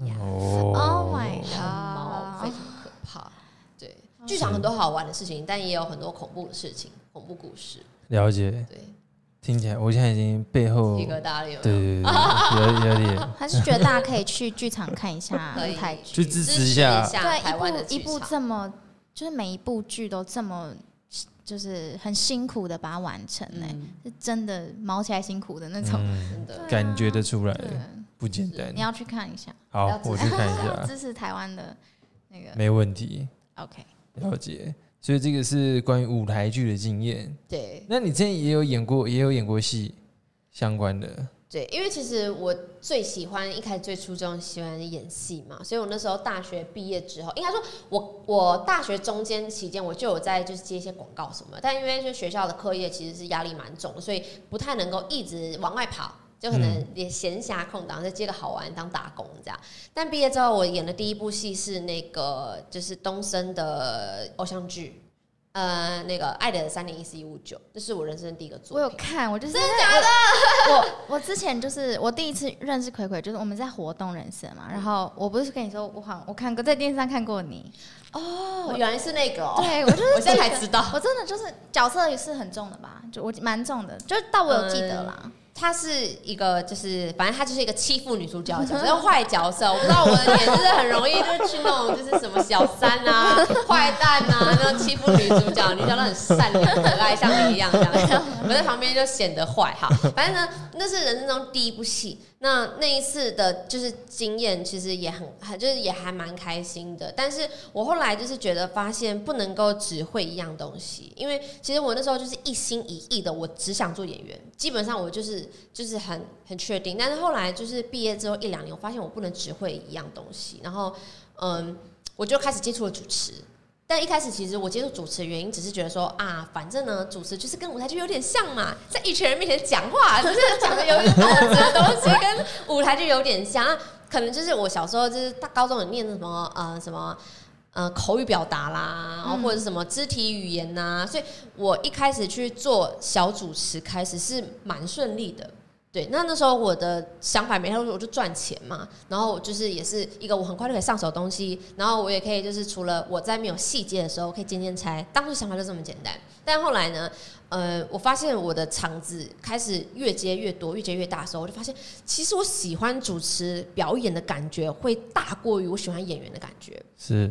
Oh my god， 非常可怕。对，剧场很多好玩的事情，但也有很多恐怖的事情，恐怖故事。 了解。 对， 听起来我现在已经背后一个大脸， 对，有点。 还是觉得大家可以去剧场看一下舞台剧， 去支持一下。 对，一部这么就是每一部剧都这么。就是很辛苦的把它完成是真的毛起来辛苦的那种， 感觉得出来的，不简单。 你要去看一下， 好，我去看一下， 支持台湾的那个， 没问题。 OK， 了解。所以这个是关于舞台剧的经验。 对， 那你之前也有演过戏相关的。 对，因为其实我最喜欢一开始最初衷喜欢演戏嘛，所以我那时候大学毕业之后，应该说我大学中间期间我就有在就是接一些广告什么，但因为就学校的课业其实是压力蛮重的，所以不太能够一直往外跑，就可能也闲暇空档就接个好玩当打工这样。但毕业之后我演的第一部戏是那个就是东森的偶像剧。那个《爱的3.1459》，这是我人生的第一个作品。 我有看，我就是真的假的？ 我之前就是我第一次认识葵葵，就是我们在活动认识的嘛。然后我不是跟你说，我看过在电视上看过你。 哦，原来是那个哦。 对，我就是我现在才知道， 我真的就是角色也是很重的吧，就我蛮重的，就到我有记得啦。 他是一个，就是反正他就是一个欺负女主角的角色，用坏角色。我不知道我的脸就是很容易就去那种就是什么小三啊、坏蛋啊，那种欺负女主角，女主角都很善良可爱，像你一样这样。我在旁边就显得坏哈。反正呢，那是人生中第一部戏。那一次的就是经验，其实也就是也还蛮开心的。但是我后来就是觉得发现不能够只会一样东西，因为其实我那时候就是一心一意的，我只想做演员。基本上我就是很确定。但是后来就是毕业之后1-2年，我发现我不能只会一样东西。然后我就开始接触了主持。但一开始其实我接触主持的原因，只是觉得说啊，反正呢，主持就是跟舞台剧有点像嘛，在一群人面前讲话，就是讲的有一个脑子的东西，跟舞台剧有点像。可能就是我小时候就是大高中有念什么口语表达啦，或者什么肢体语言呐，所以我一开始去做小主持，开始是蛮顺利的。对，那时候我的想法每天我就赚钱嘛，然后就是也是一个我很快就可以上手的东西，然后我也可以就是除了我在没有细节的时候可以兼差，当初想法就这么简单。但后来呢，我发现我的场子开始越接越多，越接越大的时候，我就发现其实我喜欢主持表演的感觉会大过于我喜欢演员的感觉。 是。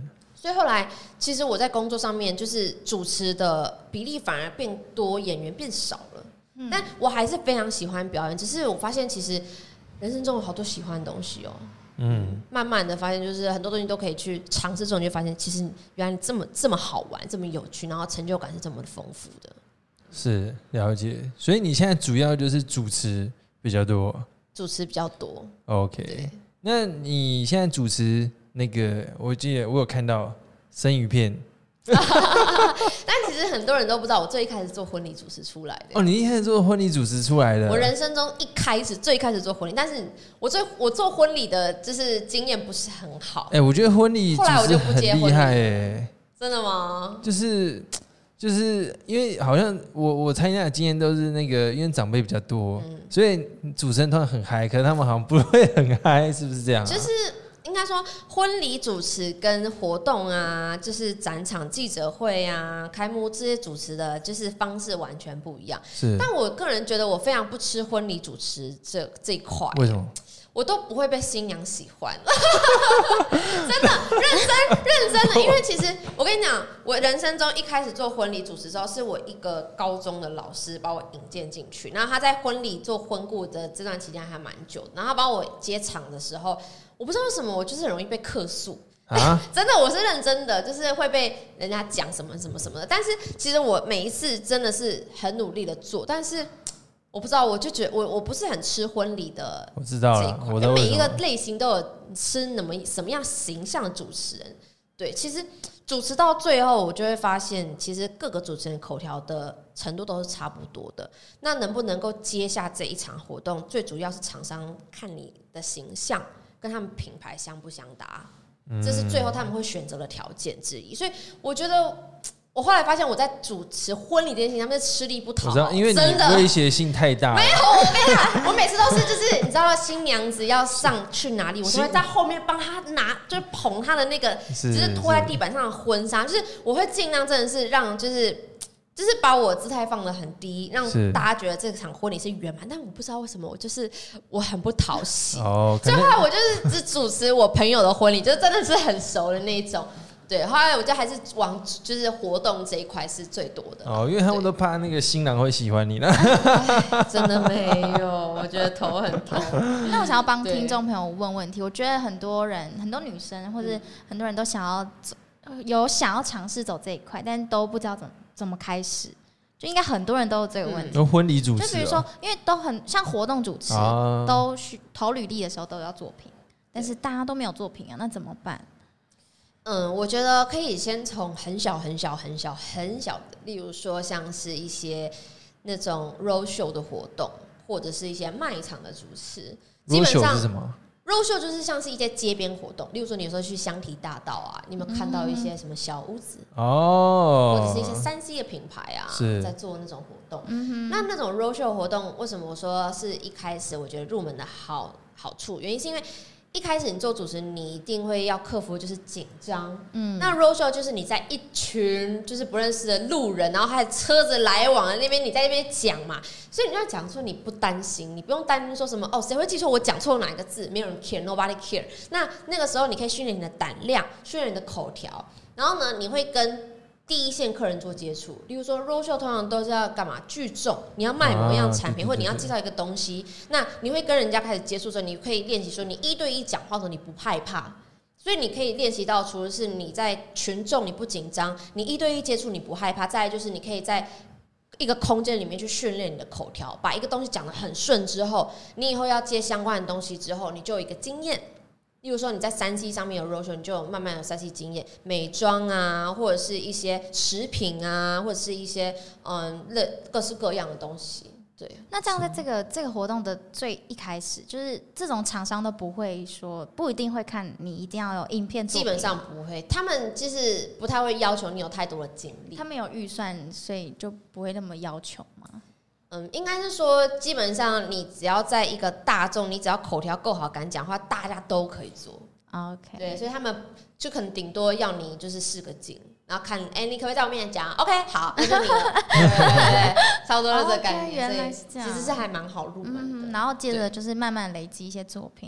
所以后来其实我在工作上面就是主持的比例反而变多，演员变少了。但我还是非常喜欢表演，只是我发现其实人生中有好多喜欢的东西慢慢的发现就是很多东西都可以去尝试之后，你就发现其实原来这么好玩，这么有趣，然后成就感是这么丰富的。 是了解，所以你现在主要就是主持比较多， 主持比较多。 OK， 那你现在主持那个，我记得我有看到生鱼片。 但其实很多人都不知道，我最一开始做婚礼主持出来的。 哦，你一开始做婚礼主持出来的？ 我人生中最开始做婚礼，但是我做婚礼的就是经验不是很好。 我觉得婚礼后来我就不接婚礼， 很厉害真的吗？ 就是因为好像我参加的经验都是那个，因为长辈比较多，所以主持人通常很嗨，可是他们好像不会很嗨，是不是这样就是应该说，婚礼主持跟活动啊，就是展场记者会啊、开幕这些主持的，就是方式完全不一样。 是， 但我个人觉得我非常不吃婚礼主持这一块。 为什么？ 我都不会被新娘喜欢，真的认真的，因为其实我跟你讲，我人生中一开始做婚礼主持之后，是我一个高中的老师把我引荐进去，然后他在婚礼做婚顾的这段期间还蛮久，然后他帮我接场的时候，我不知道为什么我就是很容易被客诉。真的，我是认真的，就是会被人家讲什么什么什么的。但是其实我每一次真的是很努力的做，但是我不知道，我就觉得我不是很吃婚礼的这一块。 我知道了，我每一个类型都有吃什么样形象的主持人。对，其实主持到最后，我就会发现，其实各个主持人口条的程度都是差不多的。那能不能够接下这一场活动，最主要是厂商看你的形象跟他们品牌相不相搭，这是最后他们会选择的条件之一。所以我觉得。我后来发现我在主持婚礼这件事情，他们是吃力不讨好。 我知道，因为你威胁性太大。 没有，我跟你讲，我每次都是就是你知道新娘子要上去哪里，我都会在后面帮她拿，就是捧她的那个，就是拖在地板上的婚纱，就是我会尽量真的是让就是把我姿态放得很低，让大家觉得这场婚礼是圆满。但我不知道为什么我很不讨喜，所以后来我就是只主持我朋友的婚礼，就真的是很熟的那一种。对，后来我就还是往就是活动这一块是最多的因为他们都怕那个新郎会喜欢你呢。 真的没有，我觉得头很痛。 那我想要帮听众朋友问问题，我觉得很多女生或者很多人都想要尝试走这一块，但都不知道怎么开始。就应该很多人都有这个问题。 婚礼主持， 就比如说，因为都很像活动主持，都投履历的时候都要作品，但是大家都没有作品啊，那怎么办？ 我觉得可以先从很小的，例如说像是一些那种 road show 的活动，或者是一些卖场的主持。基本上 road show 是什么 ？road show 就是像是一些街边活动，例如说你有时候去香堤大道啊，你有没有看到一些什么小屋子或者是一些3C 的品牌啊，在做那种活动。那种 road show 活动，为什么我说是一开始我觉得入门的好处？原因是因为一开始你做主持，你一定会要克服就是紧张。那 road show 就是你在一群就是不认识的路人，然后还有车子来往的那边，你在那边讲嘛，所以你要讲说你不担心，你不用担心说什么谁会记错我讲错哪一个字，没有人 care，nobody care。那个时候你可以训练你的胆量，训练你的口条，然后呢，你会跟第一线客人做接触，例如说 road show 通常都是要干嘛？聚众，你要卖某一样产品，或者你要介绍一个东西，那你会跟人家开始接触的时候，你可以练习说你1对1讲话的时候你不害怕，所以你可以练习到，除了是你在群众你不紧张，你1对1接触你不害怕，再来就是你可以在一个空间里面去训练你的口条，把一个东西讲得很顺之后，你以后要接相关的东西之后，你就有一个经验。例如说你在3C 上面有 road show， 你就有慢慢有3C 经验，美妆啊，或者是一些食品啊，或者是一些各式各样的东西。对， 那这样在这个活动的最一开始，就是这种厂商都不会说，不一定会看你一定要有影片作品， 基本上不会，他们就是不太会要求你有太多的精力， 他们有预算，所以就不会那么要求吗？ 应该是说，基本上你只要在一个大众，你只要口条够好、敢讲话，大家都可以做。 OK， 对，所以他们就可能顶多要你就是试个镜，然后看，你可不可以在我面前讲 ？OK， 好，那就你了。对，差不多是这个概念。 原来是这样， 其实是还蛮好入门的。 然后接着就是慢慢累积一些作品。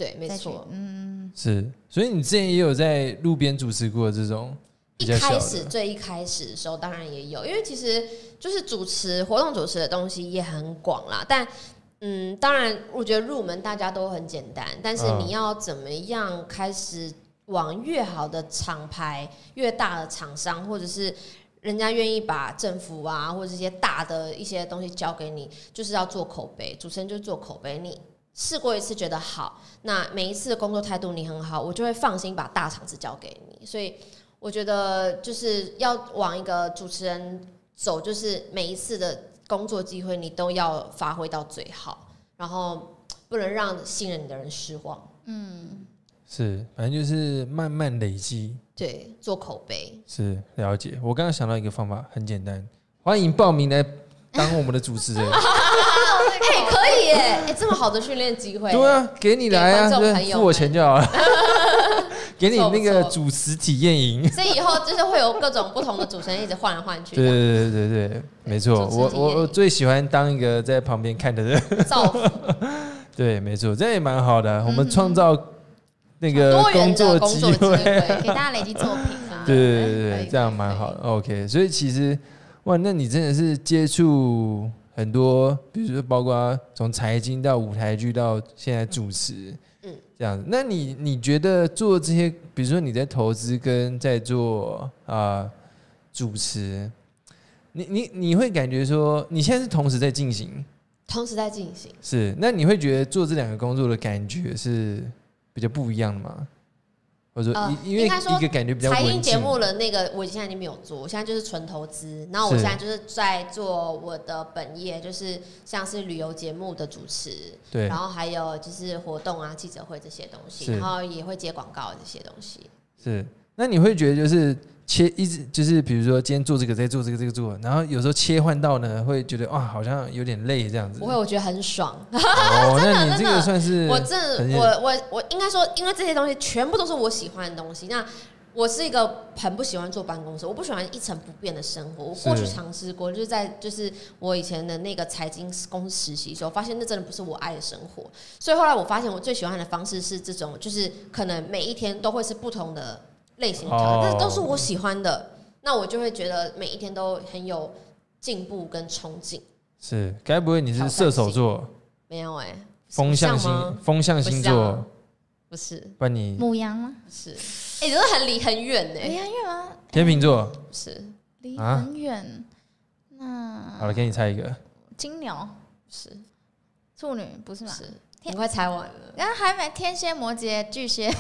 对，没错， 是，所以你之前也有在路边主持过这种比较小的？ 最一开始的时候当然也有，因为其实就是活动主持的东西也很广啦，但当然我觉得入门大家都很简单，但是你要怎么样开始往越好的厂牌、越大的厂商，或者是人家愿意把政府啊或者这些大的一些东西交给你，就是要做口碑。主持人就是做口碑，你试过一次觉得好，那每一次的工作态度你很好，我就会放心把大场子交给你。所以我觉得就是要往一个主持人走，就是每一次的工作机会你都要发挥到最好，然后不能让信任你的人失望。 是，反正就是慢慢累积。 对，做口碑。 是，了解。我刚刚想到一个方法，很简单，欢迎报名来当我们的主持人。 可以耶！这么好的训练机会。 对啊，给你来啊，付我钱就好了。给你那个主持体验营。 所以以后就是会有各种不同的主持人一直换来换去。 对，没错。我最喜欢当一个在旁边看的人。 造福。 对，没错，这样也蛮好的。我们创造那个工作机会， 给大家累积作品啊。 对，这样蛮好的。OK， 所以其实哇，那你真的是接触很多，比如说包括从财经到舞台剧到现在主持，这样子。那你觉得做这些，比如说你在投资跟在做主持，你会感觉说你现在是同时在进行？ 同时在进行。 是，那你会觉得做这两个工作的感觉是比较不一样的吗？或者说，因为一个感觉比较财经节目的那个，我现在已经没有做，我现在就是纯投资。然后我现在就是在做我的本业，就是像是旅游节目的主持， 对， 然后还有就是活动啊、记者会这些东西，然后也会接广告这些东西。 是，那你会觉得就是一直就是比如说今天做这个，再做这个做，然后有时候切换到呢，会觉得哇，好像有点累这样子。 不会，我觉得很爽。 那你这个算是我应该说，因为这些东西全部都是我喜欢的东西。那我是一个很不喜欢坐办公室，我不喜欢一成不变的生活。我过去尝试过，就是我以前的那个财经公司实习的时候，发现那真的不是我爱的生活。所以后来我发现，我最喜欢的方式是这种，就是可能每一天都会是不同的类型的挑战，但都是我喜欢的，那我就会觉得每一天都很有进步跟冲劲。 是，该不会你是射手座？ 没有风象星座不是？ 不然你牡羊吗？ 不是，你真的离很远离很远吗？ 天秤座不是， 离很远。那好了，给你猜一个， 金牛不是， 处女不是吗？ 是，你快猜完了， 然后还没天蝎、摩羯、巨蟹。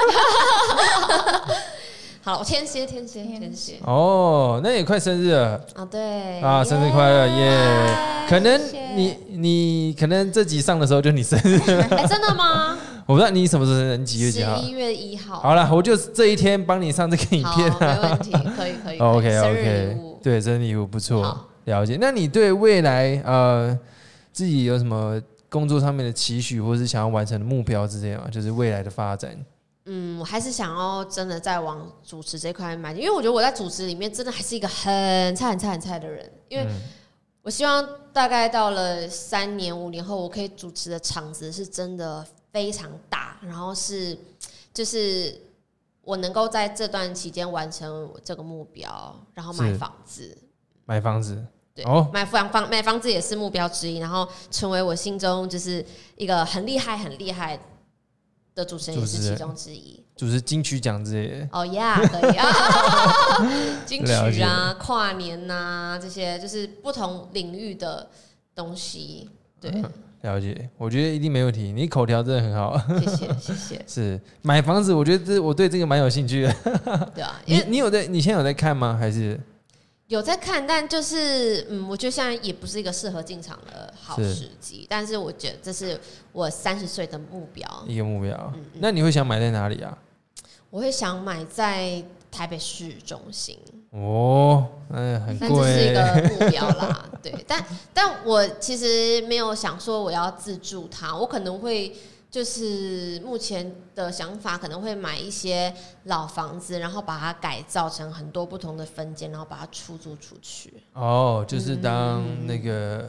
好，天蝎。 哦，那也快生日了对啊，生日快乐耶！可能你可能这集上的时候就你生日， 真的吗？ 我不知道你什么时候生日，你几月几号？ 11月1号。 好了，我就这一天帮你上这个影片好，没问题，可以。 OK， 生日礼物， 对，生日礼物不错，了解。那你对未来自己有什么工作上面的期许，或是想要完成的目标之类的吗？就是未来的发展。 我还是想要真的再往主持这块迈进，因为我觉得我在主持里面真的还是一个很菜的人，因为我希望大概到了3年5年后，我可以主持的场子是真的非常大，然后就是我能够在这段期间完成这个目标，然后买房子。对，买房子也是目标之一，然后成为我心中就是一个很厉害的主持人，也是其中之一。 主持金曲奖之类的。 可以啊，金曲啊，跨年啊，这些就是不同领域的东西。对， 了解，我觉得一定没问题。你口条真的很好， 谢谢。 是买房子，我觉得我对这个蛮有兴趣的。 对啊， 你现在有在看吗？还是？ 有在看，但就是我觉得现在也不是一个适合进场的好时机。但是我觉得这是我30岁的目标， 一个目标。那你会想买在哪里啊？ 我会想买在台北市中心。 很贵， 但这是一个目标啦。对，但我其实没有想说我要自住它，我可能会。就是目前的想法，可能会买一些老房子，然后把它改造成很多不同的分间，然后把它出租出去。 就是当那个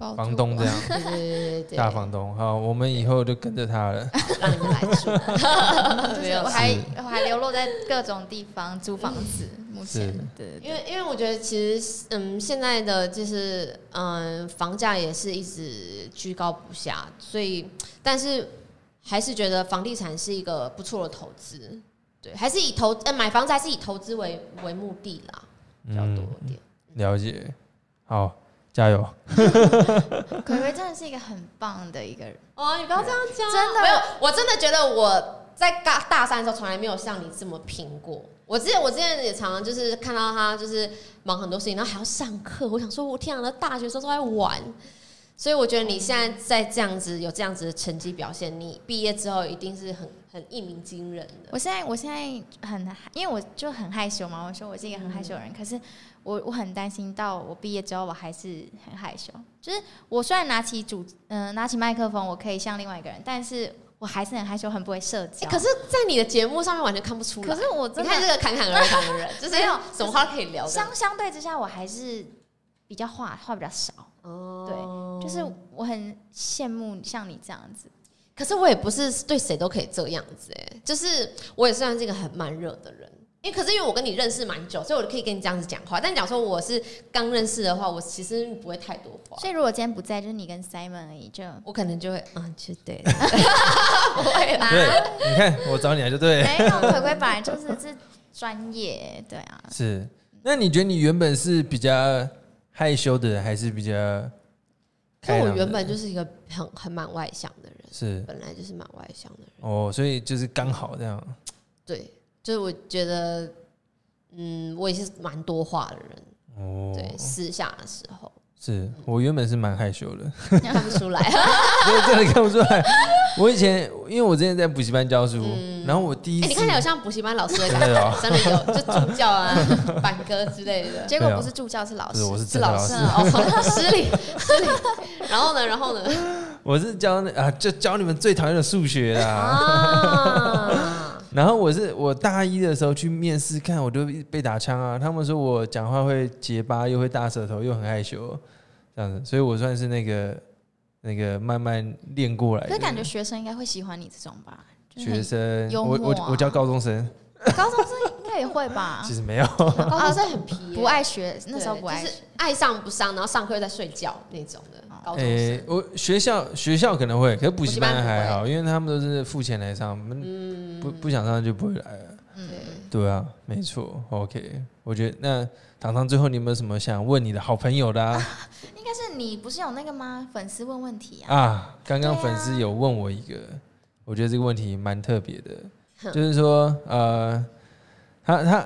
房东这样， 对， 大房东。好，我们以后就跟着他了， 让你们来住。 我还流落在各种地方租房子，目前对， 因为我觉得其实现在的就是房价也是一直居高不下，所以但是还是觉得房地产是一个不错的投资，对，还是以买房子还是以投资为目的啦，比较多一点。 了解，好。加油！ 葵葵真的是一个很棒的一个人哦，你不要这样讲， 真的没有，我真的觉得我在大三的时候从来没有像你这么拼过。我之前也常常就是看到他就是忙很多事情，然后还要上课，我想说，我天啊，那大学时候都在玩。所以我觉得你现在在这样子有这样子的成绩表现，你毕业之后一定是很一鸣惊人的。 我现在因为我就很害羞嘛，我说我是一个很害羞的人，可是我很担心到我毕业之后我还是很害羞。就是我虽然拿起麦克风，我可以像另外一个人，但是我还是很害羞，很不会社交。 可是，在你的节目上面完全看不出来。 可是我真的， 你看这个侃侃而谈的人，就是什么话可以聊的。 相对之下，我还是比较话比较少。哦，对，就是我很羡慕像你这样子。 可是我也不是对谁都可以这样子就是我也算是一个蛮热的人。可是因为我跟你认识蛮久，所以我可以跟你这样子讲话。但讲说我是刚认识的话，我其实不会太多话。 所以如果今天不在，就是你跟 Simon 而已， 我可能就会就对， 不会啦。 对，你看我找你来就对了。 没有，葵葵本来就是专业，对啊。 是，那你觉得你原本是比较害羞的人，还是比较开朗的人？ 我原本就是一个很蛮外向的人， 是本来就是蛮外向的人。 哦，所以就是刚好这样。 对。就是我觉得，我也是蛮多话的人。哦，对，私下的时候， 是我原本是蛮害羞的， 看不出来， 真的看不出来。我以前因为我之前在补习班教书，然后我第一次， 你看起来有像补习班老师的感觉，真的有，就助教啊、板哥之类的。 结果不是助教，是老师， 我是老师， 失礼。然后呢？ 我是就教你们最讨厌的数学啦。然后我大一的时候去面试，看我就被打枪啊！他们说我讲话会结巴，又会大舌头，又很害羞，这样子，所以我算是那个慢慢练过来的。 可是感觉学生应该会喜欢你这种吧？ 学生， 幽默我教高中生， 高中生应该也会吧？ 其实没有， 高中生很皮， 不爱学，那时候不爱学， 就是爱上不上，然后上课又在睡觉那种的。高中生， 我学校可能会，可是补习班还好，因为他们都是付钱来上，不想上就不会来了。对啊，没错。OK， 我觉得那糖糖最后你有没有什么想问你的好朋友的啊？ 应该是你不是有那个吗？粉丝问问题啊！刚刚粉丝有问我一个，我觉得这个问题蛮特别的，就是说他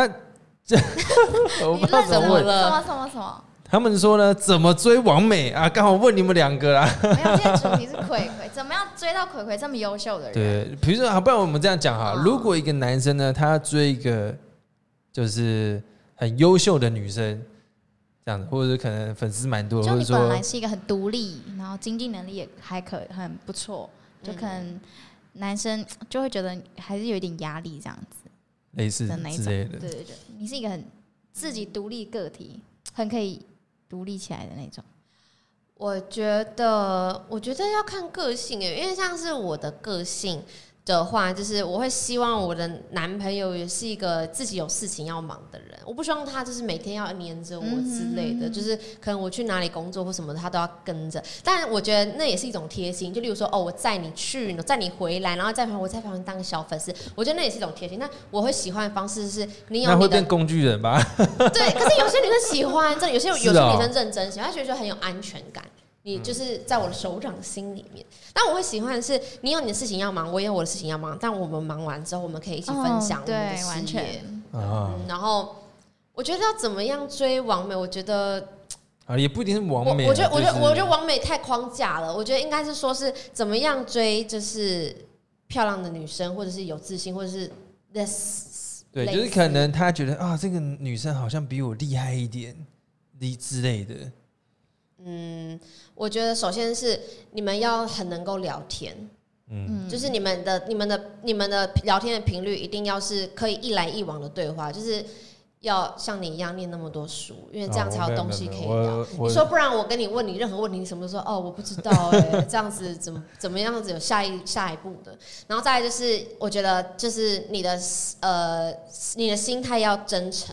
我不知道怎么问什么？ 他们说呢，怎么追王美啊？刚好问你们两个啦。 没有，今天主题是葵葵，怎么样追到葵葵这么优秀的人？ 对，比如说，好，不然我们这样讲哈，如果一个男生呢，他追一个就是很优秀的女生，这样子，或者是可能粉丝蛮多的，或者说本来是一个很独立，然后经济能力也还很不错，就可能男生就会觉得还是有一点压力这样子， 类似之类的。 对，你是一个很自己独立个体，很可以独立起来的那种。 我觉得要看个性因为像是我的个性的话，就是我会希望我的男朋友也是一个自己有事情要忙的人，我不希望他就是每天要黏着我之类的，就是可能我去哪里工作或什么的，他都要跟着。但我觉得那也是一种贴心，就例如说我载你去，载你回来，然后我在旁边当个小粉丝，我觉得那也是一种贴心。那我会喜欢的方式是你有那会变工具人吧？ 对，可是有些女生喜欢，真的有些女生认真喜欢，她觉得很有安全感。你就是在我的手掌心里面，但我会喜欢的是，你有你的事情要忙，我也有我的事情要忙，但我们忙完之后，我们可以一起分享我们的事业。然后我觉得要怎么样追王美，我觉得也不一定是王美。 我觉得王美太框架了，我觉得应该是说是怎么样追，就是漂亮的女生，或者是有自信，或者是对，就是可能他觉得这个女生好像比我厉害一点之类的。 我觉得首先是你们要很能够聊天，就是你们的聊天的频率一定要是可以一来一往的对话，就是要像你一样念那么多书，因为这样才有东西可以聊。 你说不然我跟你问你任何问题，你什么都说哦我不知道这样子怎么样子有下一步的。然后再来就是我觉得就是你的心态要真诚。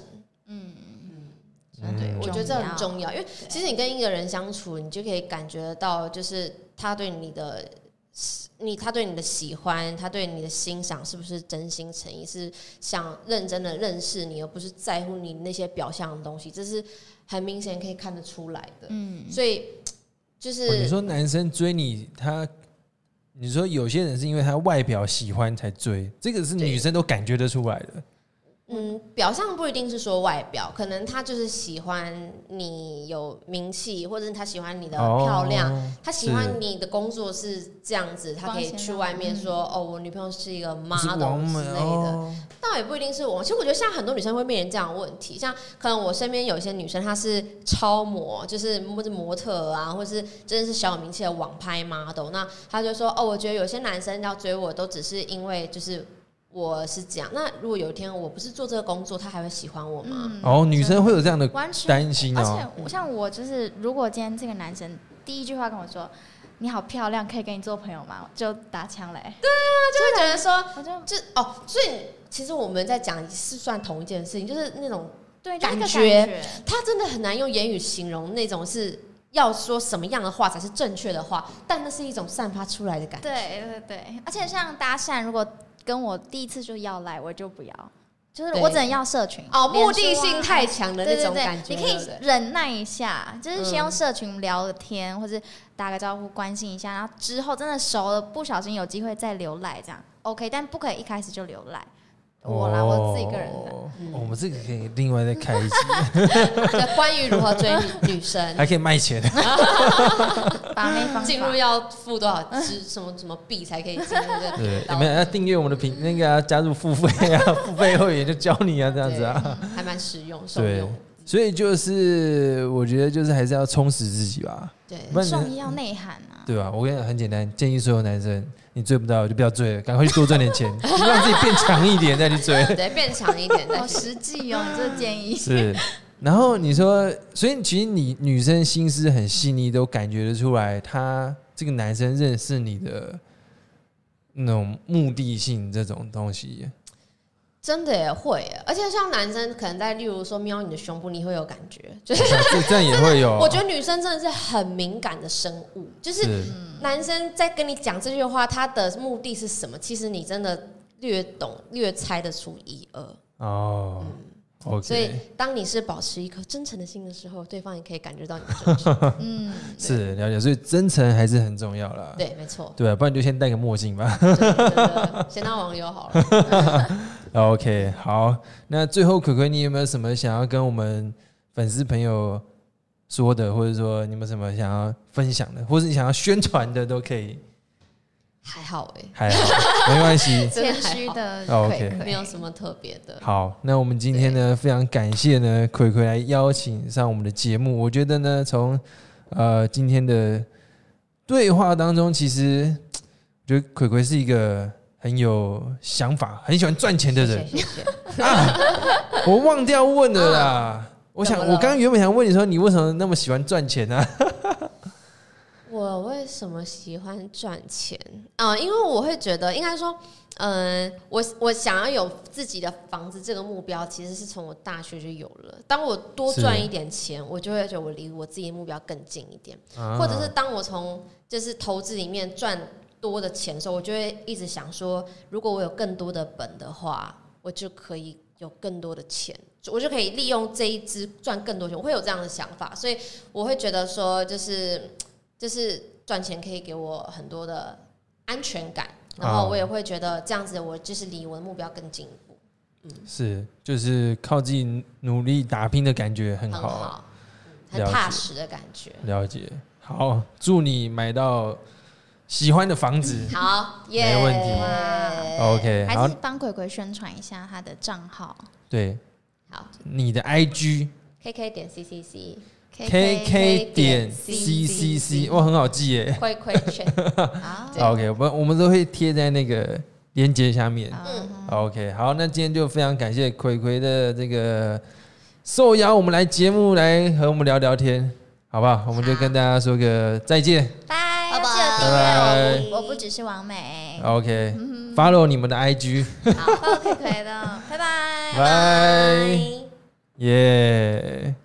对，我觉得这很重要，因为其实你跟一个人相处，你就可以感觉得到，就是他对你的喜欢，他对你的欣赏是不是真心诚意，是想认真的认识你，而不是在乎你那些表象的东西，这是很明显可以看得出来的。所以就是你说男生追你，你说有些人是因为他外表喜欢才追，这个是女生都感觉得出来的。 表象不一定是说外表，可能他就是喜欢你有名气，或者是他喜欢你的漂亮，他喜欢你的工作是这样子，他可以去外面说我女朋友是一个 model 之类的。倒也不一定是我，其实我觉得现在很多女生会面临这样的问题，像可能我身边有一些女生，她是超模，就是模特啊，或是真的是小有名气的网拍 model， 那她就说我觉得有些男生要追我，都只是因为就是我是这样，那如果有一天我不是做这个工作，他还会喜欢我吗？ 女生会有这样的担心而且像我就是，如果今天这个男生第一句话跟我说“你好漂亮，可以跟你做朋友吗”，就打枪嘞。 对啊，就会觉得说，所以其实我们在讲是算同一件事情，就是那种感觉，他真的很难用言语形容那种是。要说什么样的话才是正确的话，但那是一种散发出来的感觉。 对，而且像搭讪，如果跟我第一次就要来，我就不要，就是我只能要社群目的性太强的那种感觉。 你可以忍耐一下，就是先用社群聊个天，或是打个招呼关心一下，然后之后真的熟了，不小心有机会再留赖这样 OK， 但不可以一开始就留赖。我自己个人的， 我们这个可以另外再开一集， 关于如何追女生， 还可以卖钱， 把妹方法进入要付多少什么币才可以进入这个？ 对，有没有要订阅我们的那个加入付费啊？付费会员就教你啊，这样子啊， 还蛮实用，受用。 所以就是我觉得就是还是要充实自己吧， 对，创意要内涵啊， 对吧？我跟你讲很简单，建议所有男生。你追不到就不要追了，赶快去多赚点钱，让自己变强一点再去追。 对，变强一点再去。 好实际哦，你这个建议是。然后你说，所以其实你女生心思很细腻，都感觉得出来，他这个男生认识你的那种目的性这种东西。 真的也会耶，而且像男生可能在例如说瞄你的胸部，你会有感觉，就是这样也会有。 我觉得女生真的是很敏感的生物，就是男生在跟你讲这句话，他的目的是什么？其实你真的略懂略猜得出一二哦。 Okay. 所以当你是保持一颗真诚的心的时候，对方也可以感觉到你的真诚。 是了解，所以真诚还是很重要啦。 对，没错。 对，不然你就先戴个墨镜吧。 先当网友好了。 OK， 好，那最后可可，你有没有什么想要跟我们粉丝朋友说的，或者说你们什么想要分享的，或者你想要宣传的都可以。 还好还好，没关系， 谦虚的 OK， 没有什么特别的。 好，那我们今天呢，非常感谢呢，葵葵来邀请上我们的节目。我觉得呢，从今天的对话当中，其实我觉得葵葵是一个很有想法、很喜欢赚钱的人。 谢谢我忘掉问了啦。我刚刚原本想问你说，你为什么那么喜欢赚钱呢？ 我为什么喜欢赚钱因为我会觉得，应该说，我想要有自己的房子这个目标，其实是从我大学就有了。当我多赚一点钱，我就会觉得我离我自己的目标更近一点。或者是当我从就是投资里面赚多的钱的时候，我就会一直想说，如果我有更多的本的话，我就可以有更多的钱，我就可以利用这一支赚更多钱。我会有这样的想法，所以我会觉得说，就是赚钱可以给我很多的安全感，然后我也会觉得这样子，我就是离我的目标更进一步。 是，就是靠自己努力打拼的感觉很好， 很踏实的感觉。 了解，好，祝你买到喜欢的房子。 好， 没问题。OK， 还是帮葵葵宣传一下他的账号。 对， 好， 你的 IG KK.CCC。 哇，很好记耶。 亏圈。 OK， 我们都会贴在那个连接下面。 嗯， OK， 好，那今天就非常感谢葵葵的这个受邀我们来节目来和我们聊聊天，好不好？我们就跟大家说个再见， 拜拜拜记得订阅我不只是王美。 OK，follow 你们的 IG， 好，follow 葵葵的，拜拜， 拜，耶。